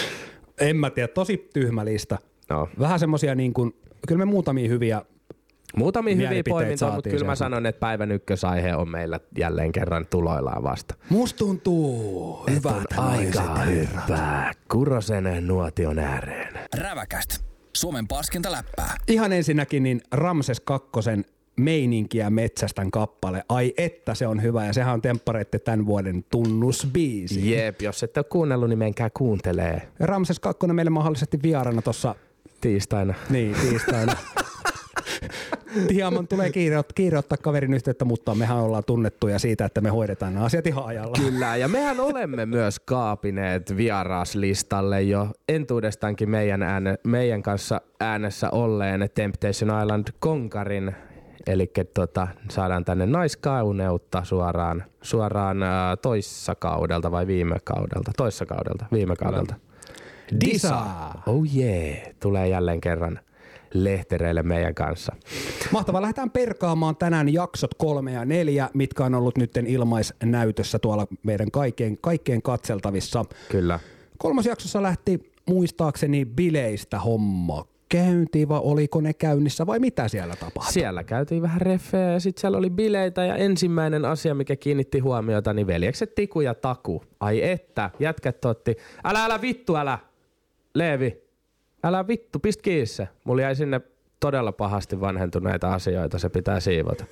S1: En mä tiedä, tosi tyhmä lista.
S3: No.
S1: Vähän semmosia niin kuin, kyllä me muutamia hyviä
S3: Muutamia hyviä
S1: mielipiteet
S3: poimintoja, mutta
S1: saatiin
S3: kyllä mä
S1: sieltä.
S3: sanon, että päivän ykkösaihe on meillä jälleen kerran tuloillaan vasta.
S1: Musta tuntuu hyvältä
S3: Aika hyppää Kurosen nuotion ääreen.
S4: Räväkäst. Suomen paskinta läppää.
S1: Ihan ensinnäkin niin Ramses kakkosen Meininkiä metsästän kappale. Ai että se on hyvä ja sehän on Temppareitten tämän vuoden tunnusbiisi.
S3: Jep, jos ette ole kuunnellut, niin menkää kuuntelee
S1: Ramses kakkonen meille mahdollisesti vieraana tossa
S3: tiistaina.
S1: niin tiistaina. Hieman tulee kiire ottaa kaverin yhteyttä, mutta mehän ollaan tunnettuja siitä, että me hoidetaan nämä asiat ihan ajalla.
S3: Kyllä, ja mehän olemme myös kaapineet vieraslistalle jo entuudestaankin meidän kanssa äänessä olleen Temptation Island Konkarin. Eli saadaan tänne naiskauneutta suoraan toissa kaudelta vai viime kaudelta? Toissa kaudelta, viime kaudelta.
S1: Disa!
S3: Oh yeah, tulee jälleen kerran lehtereille meidän kanssa.
S1: Mahtavaa, lähdetään perkaamaan tänään jaksot 3 ja 4, mitkä on ollut nytten ilmaisnäytössä tuolla meidän kaikkien katseltavissa.
S3: Kyllä.
S1: 3. jaksossa lähti muistaakseni bileistä homma käyntiin, vai oliko ne käynnissä vai mitä siellä tapahtui?
S3: Siellä käytiin vähän reffejä ja sitten siellä oli bileitä ja ensimmäinen asia, mikä kiinnitti huomiota, niin veljekset Tiku ja Taku. Ai että, jätkät otti, älä vittu, älä, Leevi, älä vittu, pist kiinni. Mulla jäi sinne todella pahasti vanhentuneita asioita, se pitää siivota.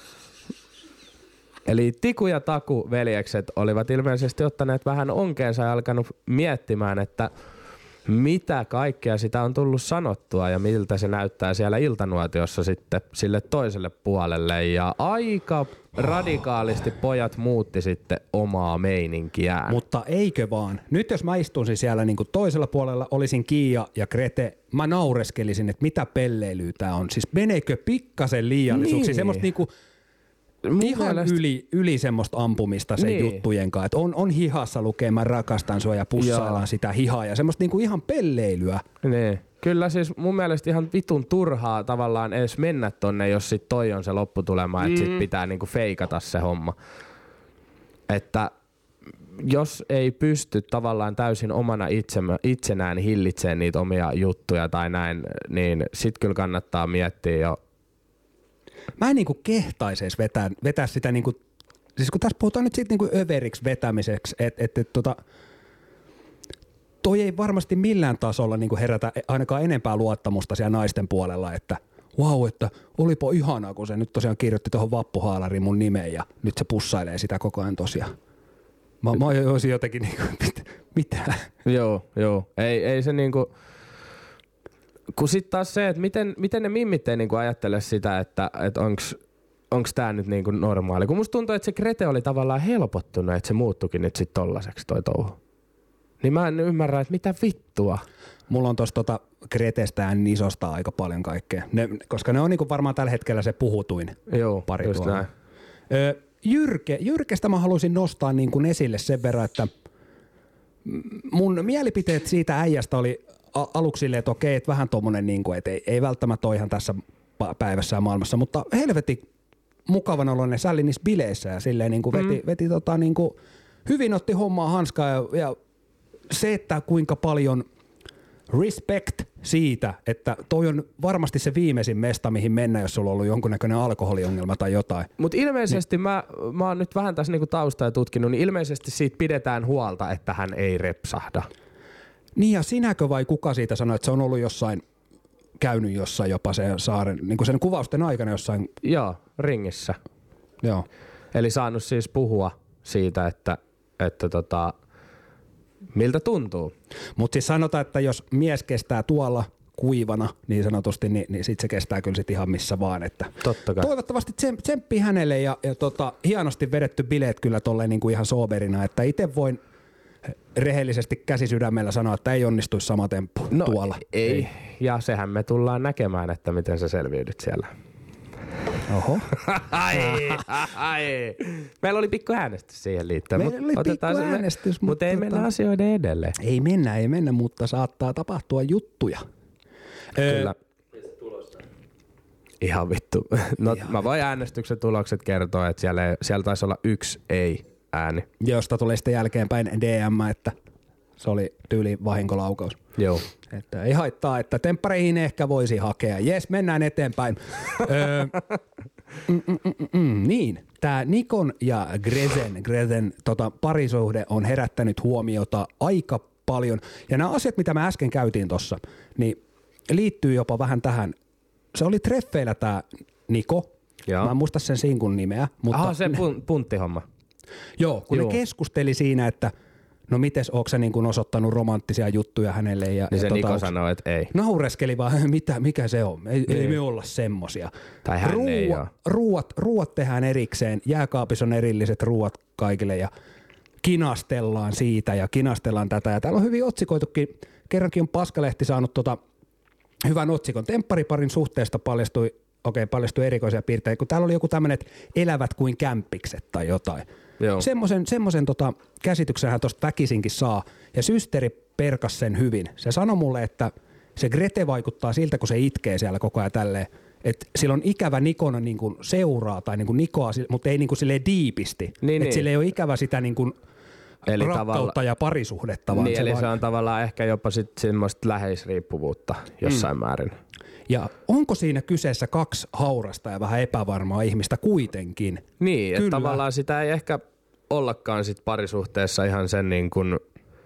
S3: Eli Tiku ja Taku veljekset olivat ilmeisesti ottaneet vähän onkeensa ja alkanut miettimään, että mitä kaikkea sitä on tullut sanottua ja miltä se näyttää siellä iltanuotiossa sitten sille toiselle puolelle. Ja aika radikaalisti pojat muutti sitten omaa meininkiään.
S1: Mutta eikö vaan? Nyt jos mä istuisin siellä niin kuin toisella puolella, olisin Kiia ja Grete, mä naureskelisin, että mitä pelleilyä tää on. Siis meneekö pikkasen liiallisuuksiin?
S3: Niin.
S1: Semmoista niinku ihan yli semmoista ampumista se juttujen kanssa. Että on hihassa lukee, mä rakastan sua ja pussaillaan sitä hihaa ja semmoista niinku ihan pelleilyä.
S3: Niin. Kyllä siis mun mielestä ihan vitun turhaa tavallaan edes mennä tonne, jos sit toi on se lopputulema, että sit pitää niinku feikata se homma. Että jos ei pysty tavallaan täysin omana itsenään hillitsemään niitä omia juttuja tai näin, niin sit kyllä kannattaa miettiä jo.
S1: Mä en niinku kehtaisi edes vetää sitä niinku, siis kun tässä puhutaan nyt siitä niinku överiksi vetämiseksi, että toi ei varmasti millään tasolla niinku herätä ainakaan enempää luottamusta siellä naisten puolella, että vau, että olipa ihanaa, kun se nyt tosiaan kirjoitti tuohon vappuhaalariin mun nimeen ja nyt se pussailee sitä koko ajan tosiaan. Mä olisin jotenkin niinku, mitä?
S3: Joo. Ei se niinku. Kun sit taas se, että miten ne mimmit ei niinku ajattele sitä, että onks tää nyt niinku normaali. Kun musta tuntuu, että se Grete oli tavallaan helpottunut, että se muuttukin nyt sit tollaseksi toi touhu. Niin mä en ymmärrä, että mitä vittua.
S1: Mulla on tosta Gretestä ja Nisosta aika paljon kaikkea. Koska ne on niinku varmaan tällä hetkellä se puhutuin pari
S3: just
S1: tuolla.
S3: näin.
S1: Jyrkestä mä haluaisin nostaa niin kuin esille sen verran, että mun mielipiteet siitä äijästä oli aluksi silleen, että okei, että vähän tommonen, niin kuin, että ei välttämättä ole ihan tässä päivässä ja maailmassa, mutta helvetin mukavan oloinen sälli niissä bileissä ja silleen niin kuin veti niin kuin hyvin otti hommaa hanskaa ja se, että kuinka paljon respect siitä, että toi on varmasti se viimeisin mesta, mihin mennä, jos sulla on ollut jonkunnäköinen alkoholiongelma tai jotain.
S3: Mutta ilmeisesti mä oon nyt vähän tässä niinku taustaa tutkinut, niin ilmeisesti siitä pidetään huolta, että hän ei repsahda.
S1: Niin ja sinäkö vai kuka siitä sanoi, että se on ollut käynyt jossain jopa se saaren, niin kuin sen kuvausten aikana jossain.
S3: Joo, ringissä.
S1: Joo.
S3: Eli saanut siis puhua siitä, että miltä tuntuu. Mutta
S1: siis sanotaan, että jos mies kestää tuolla kuivana niin sanotusti, niin sit se kestää kyllä sit ihan missä vaan. Että
S3: totta kai.
S1: Toivottavasti tsemppii hänelle ja hienosti vedetty bileet kyllä tolleen niin kuin ihan soberina, että itse voin rehellisesti käsisydämellä sanoa, että ei onnistuisi sama temppu tuolla.
S3: Ei. Ja sehän me tullaan näkemään, että miten sä selviydyt siellä.
S1: Oho.
S3: Ai. Meillä oli pikku äänestys siihen liittyen.
S1: Mutta
S3: ei mennä asioiden edelleen.
S1: Ei mennä, mutta saattaa tapahtua juttuja.
S3: Kyllä. Ihan vittu. No, mä voin äänestyksen tulokset kertoa, että siellä taisi olla 1 ei-ääni.
S1: Josta tulee sitten jälkeenpäin DM, että Se oli tyyli vahinkolaukaus.
S3: Joo.
S1: Että ei haittaa, että temppareihin ehkä voisi hakea. Jes, mennään eteenpäin. Niin, tämä Nikon ja Grezen parisuhde on herättänyt huomiota aika paljon. Ja nämä asiat, mitä me äsken käytiin tuossa, niin liittyy jopa vähän tähän. Se oli treffeillä tämä Niko. Joo. Mä en muista sen sinkun nimeä. Mutta
S3: se punttihomma.
S1: Joo, kun ne keskusteli siinä, että no mites, ootko sä niin kuin osoittanut romanttisia juttuja hänelle?
S3: Niin se Niko sanoi, että ei.
S1: Naureskeli vaan, mikä se on? Ei me olla semmosia.
S3: Tai hän ei ole.
S1: Ruuat tehdään erikseen, jääkaapissa on erilliset ruuat kaikille ja kinastellaan siitä ja kinastellaan tätä. Ja täällä on hyvin otsikoitukin, kerrankin on Paskalehti saanut hyvän otsikon. Temppariparin suhteesta paljastui erikoisia piirteitä, kun täällä oli joku tämmöinen, että elävät kuin kämppikset tai jotain. Semmoisen käsityksen hän tuosta väkisinkin saa, ja systeri perkas sen hyvin. Se sanoi mulle, että se Grete vaikuttaa siltä, kun se itkee siellä koko ajan tälleen, että sillä on ikävä Nikona niin kuin seuraa tai niin kuin Nikoa, mutta ei niin kuin silleen diipisti. Että sillä ei ole ikävä sitä niin kuin rakkautta ja parisuhdetta. Vaan
S3: niin, eli se on tavallaan ehkä jopa sitten semmoista läheisriippuvuutta jossain määrin.
S1: Ja onko siinä kyseessä 2 haurasta ja vähän epävarmaa ihmistä kuitenkin?
S3: Niin, että tavallaan sitä ei ehkä ollakaan sit parisuhteessa ihan sen niin kuin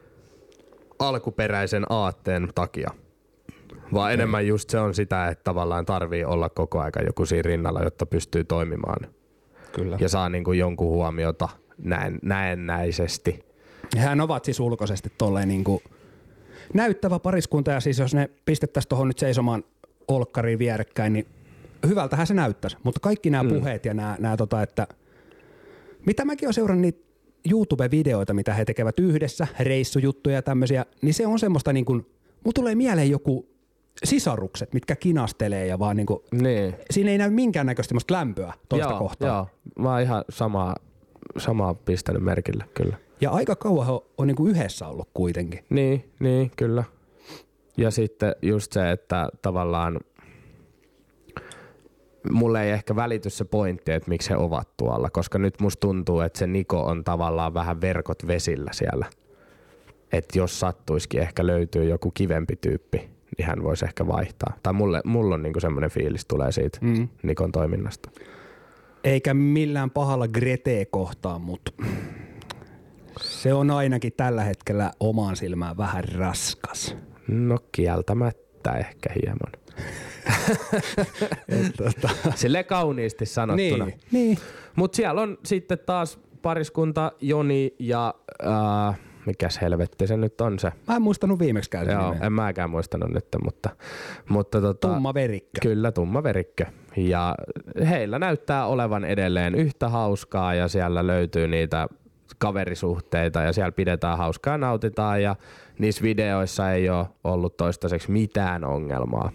S3: alkuperäisen aatteen takia. Vaan enemmän just se on sitä, että tavallaan tarvii olla koko aika joku siinä rinnalla, jotta pystyy toimimaan.
S1: Kyllä.
S3: Ja saa niin kuin jonkun huomiota näennäisesti.
S1: Hän ovat siis ulkoisesti tolleen niin kuin näyttävä pariskunta, ja siis jos ne pistettäisiin tuohon nyt seisomaan olkkariin vierekkäin, niin hyvältähän se näyttäisi. Mutta kaikki nämä puheet ja nämä että mitä mäkin olen seurannut niitä YouTube-videoita, mitä he tekevät yhdessä, reissujuttuja ja tämmöisiä, niin se on semmoista niin kuin, mulla tulee mieleen joku sisarukset, mitkä kinastelee ja vaan niin kuin, siinä ei näy minkäännäköistä semmoista lämpöä toista kohtaa.
S3: Joo, mä oon ihan samaa pistänyt merkille, kyllä.
S1: Ja aika kauan he on niin kuin yhdessä ollut kuitenkin.
S3: Niin, kyllä. Ja sitten just se, että tavallaan mulle ei ehkä välity se pointti, että miksi he ovat tuolla, koska nyt musta tuntuu, että se Niko on tavallaan vähän verkot vesillä siellä. Että jos sattuisikin ehkä löytyy joku kivempi tyyppi, niin hän voisi ehkä vaihtaa. Tai mulla on niinku semmoinen fiilis tulee siitä Nikon toiminnasta.
S1: Eikä millään pahalla Grete kohtaan, mutta se on ainakin tällä hetkellä omaan silmään vähän raskas.
S3: No kieltämättä ehkä hieman. Silleen kauniisti sanottuna.
S1: Niin.
S3: Mut siellä on sitten taas pariskunta Joni ja mikäs helvetti se nyt on se?
S1: Mä en muistanut viimeksikään sen nimeä.
S3: En mäkään muistanut nyt, mutta
S1: Tumma verikkö.
S3: Kyllä, tumma verikkö. Ja heillä näyttää olevan edelleen yhtä hauskaa ja siellä löytyy niitä kaverisuhteita ja siellä pidetään hauskaa, nautitaan ja niissä videoissa ei ole ollut toistaiseksi mitään ongelmaa.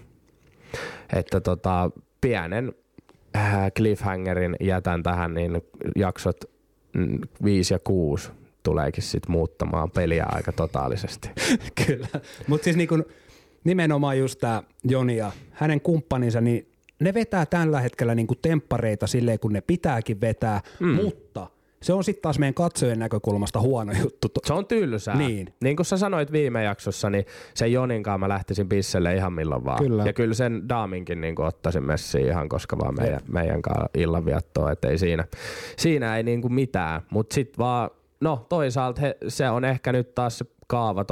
S3: Että pienen cliffhangerin jätän tähän, niin jaksot 5 ja 6 tuleekin sit muuttamaan peliä aika totaalisesti.
S1: Kyllä, mutta siis niinku, nimenomaan just tää Joni ja hänen kumppaninsa, niin ne vetää tällä hetkellä niinku temppareita silleen, kun ne pitääkin vetää, mutta se on sitten taas meidän katsojien näkökulmasta huono juttu.
S3: Se on tylsää. Niin kuin sä sanoit viime jaksossa, niin sen Joninkaan mä lähtisin pisselle ihan milloin vaan. Kyllä. Ja kyllä sen Daaminkin niin ottaisin messiin ihan koska vaan meidän kanssa illanviettoa, että ei siinä ei niin kuin mitään. Mutta sitten vaan, no toisaalta se on ehkä nyt taas se kaava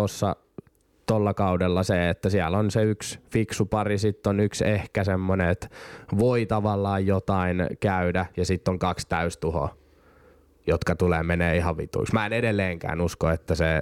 S3: tolla kaudella se, että siellä on se yksi fiksu pari, sitten on yksi ehkä semmonen, että voi tavallaan jotain käydä ja sitten on 2 täystuhoa, jotka menee ihan vituiksi. Mä en edelleenkään usko, että se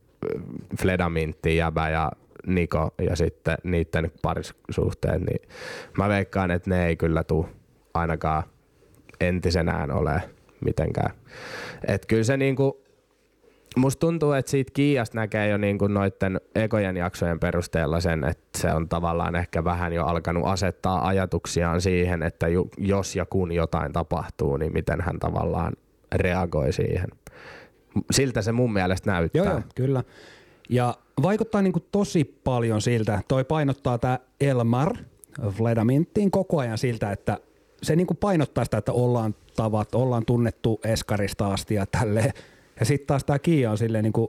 S3: Fledamintti, Jäbä ja Niko ja sitten niiden parisuhteet, niin mä veikkaan, että ne ei kyllä tule ainakaan entisenään ole mitenkään. Et kyllä se niinku, musta tuntuu, että siitä Kiiasta näkee jo niinku noitten ekojen jaksojen perusteella sen, että se on tavallaan ehkä vähän jo alkanut asettaa ajatuksiaan siihen, että jos ja kun jotain tapahtuu, niin miten hän tavallaan reagoi siihen. Siltä se mun mielestä näyttää.
S1: Joo, kyllä. Ja vaikuttaa niinku tosi paljon siltä, toi painottaa tää Elmar Fledaminttiin koko ajan siltä, että se niinku painottaa sitä, että ollaan tunnettu Eskarista asti ja tälleen. Ja sitten taas tää Kiia on silleen niinku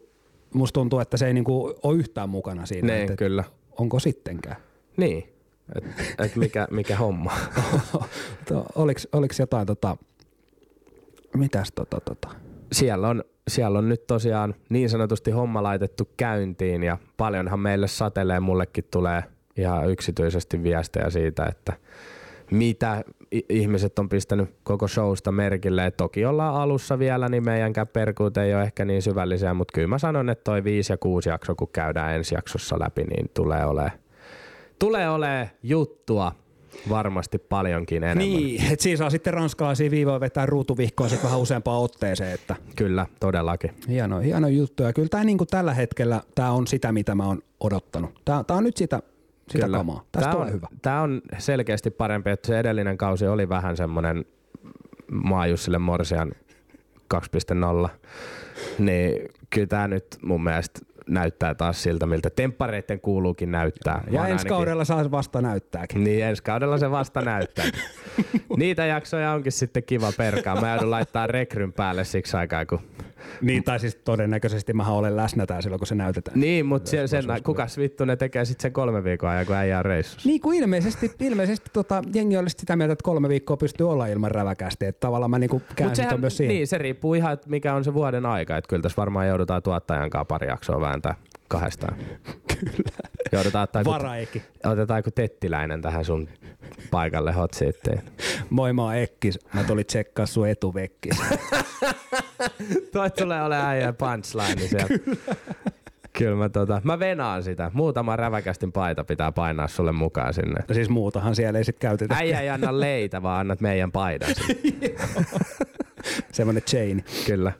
S1: musta tuntuu, että se ei niinku ole yhtään mukana siinä.
S3: Niin, kyllä.
S1: Onko sittenkään?
S3: Niin, et mikä homma.
S1: Oliks jotain mitäs
S3: Siellä on nyt tosiaan niin sanotusti homma laitettu käyntiin ja paljonhan meille satelee, mullekin tulee ihan yksityisesti viestejä siitä, että mitä ihmiset on pistänyt koko showsta merkille. Et toki ollaan alussa vielä, niin meidänkään perkuut ei ole ehkä niin syvällisiä, mutta kyllä mä sanon, että toi 5 ja 6 jakso, kun käydään ensi jaksossa läpi, niin tulee olemaan juttua juttua paljonkin enemmän.
S1: Niin, että siinä saa sitten ranskalaisia viivoja vetää ruutuvihkoa sitten vähän useampaan otteeseen. Että
S3: Kyllä, todellakin.
S1: Hieno juttu. Ja kyllä tämä niin kuin tällä hetkellä tää on sitä, mitä mä oon odottanut. Tää on nyt sitä kamaa. Tästä tulee hyvä.
S3: Tämä on selkeästi parempi, että se edellinen kausi oli vähän semmoinen Maajussille Morsian 2.0. Niin kyllä tämä nyt mun mielestä näyttää taas siltä, miltä temppareiden kuuluukin näyttää.
S1: Ja ensi kaudella saa vasta näyttääkin.
S3: Niin, ensi kaudella se vasta näyttää. Niitä jaksoja onkin sitten kiva perkaa. Mä joudun laittaa rekryn päälle siksi aikaa, kun...
S1: Niin, tai siis todennäköisesti mähän olen läsnä täällä silloin, kun se näytetään.
S3: Niin, mutta kukas vittu ne tekee sitten sen 3 viikon ajan, kun äijä on reissussa?
S1: Niin, kun ilmeisesti jengi olisi sitä mieltä, että 3 viikkoa pystyy olla ilman räväkästi. Että tavallaan mä niinku käänsin ton myös siihen.
S3: Niin, se riippuu ihan, että mikä on se vuoden aika. Että kyllä tässä varmaan joudutaan tuottajankaan pari jaksoa vääntää kahdestaan.
S1: Kyllä.
S3: Joudutaan
S1: Varaekki.
S3: Otetaan joku tettiläinen tähän sun paikalle hot seattiin.
S1: Moi, mä oon Ekkis. Mä tulin tsekkaa sun etuvekkis.
S3: Toi tulee ole äijän punchline siellä. Kyllä mä venaan sitä. Muutama räväkästin paita pitää painaa sulle mukaan sinne.
S1: No siis muutahan siellä ei sit käytetä.
S3: Äijä ei anna leitä, vaan annat meidän paidan sinne.
S1: Semmonen chain.
S3: Kyllä.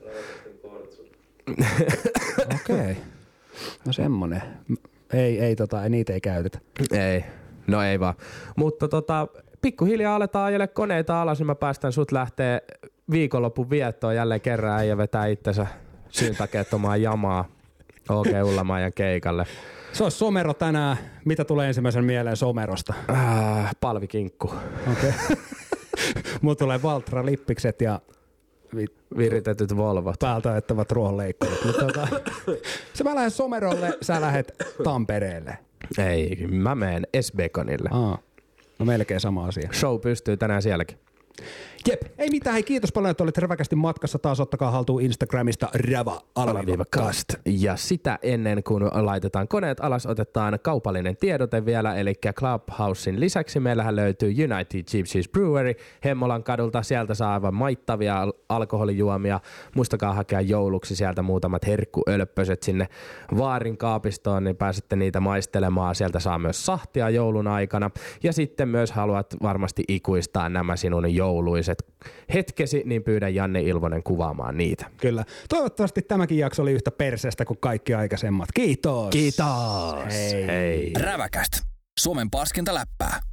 S1: Okei. No semmonen. Ei niitä ei käytetä.
S3: Ei. No ei vaan. Mutta pikkuhiljaa aletaan ajele koneita alas, niin mä päästän sut lähtee viikonlopun viettoon jälleen kerran ja vetää itsensä syyntakeettomaan jamaa Ullamäen keikalle.
S1: Se olisi somero tänään. Mitä tulee ensimmäisen mieleen somerosta?
S3: Palvikinkku.
S1: Okei. Mulla tulee Valtra-lippikset ja
S3: viritetyt Volvot.
S1: Päältä ajattavat ruohonleikkurit. Se mä lähden somerolle, sä lähet Tampereelle.
S3: Ei, mä menen S-Beconille.
S1: No melkein sama asia.
S3: Show pystyy tänään sielläkin.
S1: Jep, ei mitään. Hei, kiitos paljon, että olit räväkästi matkassa. Taas ottakaa haltuun Instagramista räva_cast.
S3: Ja sitä ennen kuin laitetaan koneet alas, otetaan kaupallinen tiedote vielä. Eli Clubhousein lisäksi meillähän löytyy United Gypsies Brewery Hemmolan kadulta. Sieltä saa aivan maittavia alkoholijuomia. Muistakaa hakea jouluksi sieltä muutamat herkkuölppöset sinne vaarin kaapistoon, niin pääsette niitä maistelemaan. Sieltä saa myös sahtia joulun aikana. Ja sitten myös haluat varmasti ikuistaa nämä sinun jouluiset hetkesi, niin pyydän Janne Ilvonen kuvaamaan niitä.
S1: Kyllä. Toivottavasti tämäkin jakso oli yhtä perseestä kuin kaikki aikaisemmat. Kiitos!
S3: Kiitos!
S1: Hei!
S4: Räväkäst. Suomen paskinta läppää.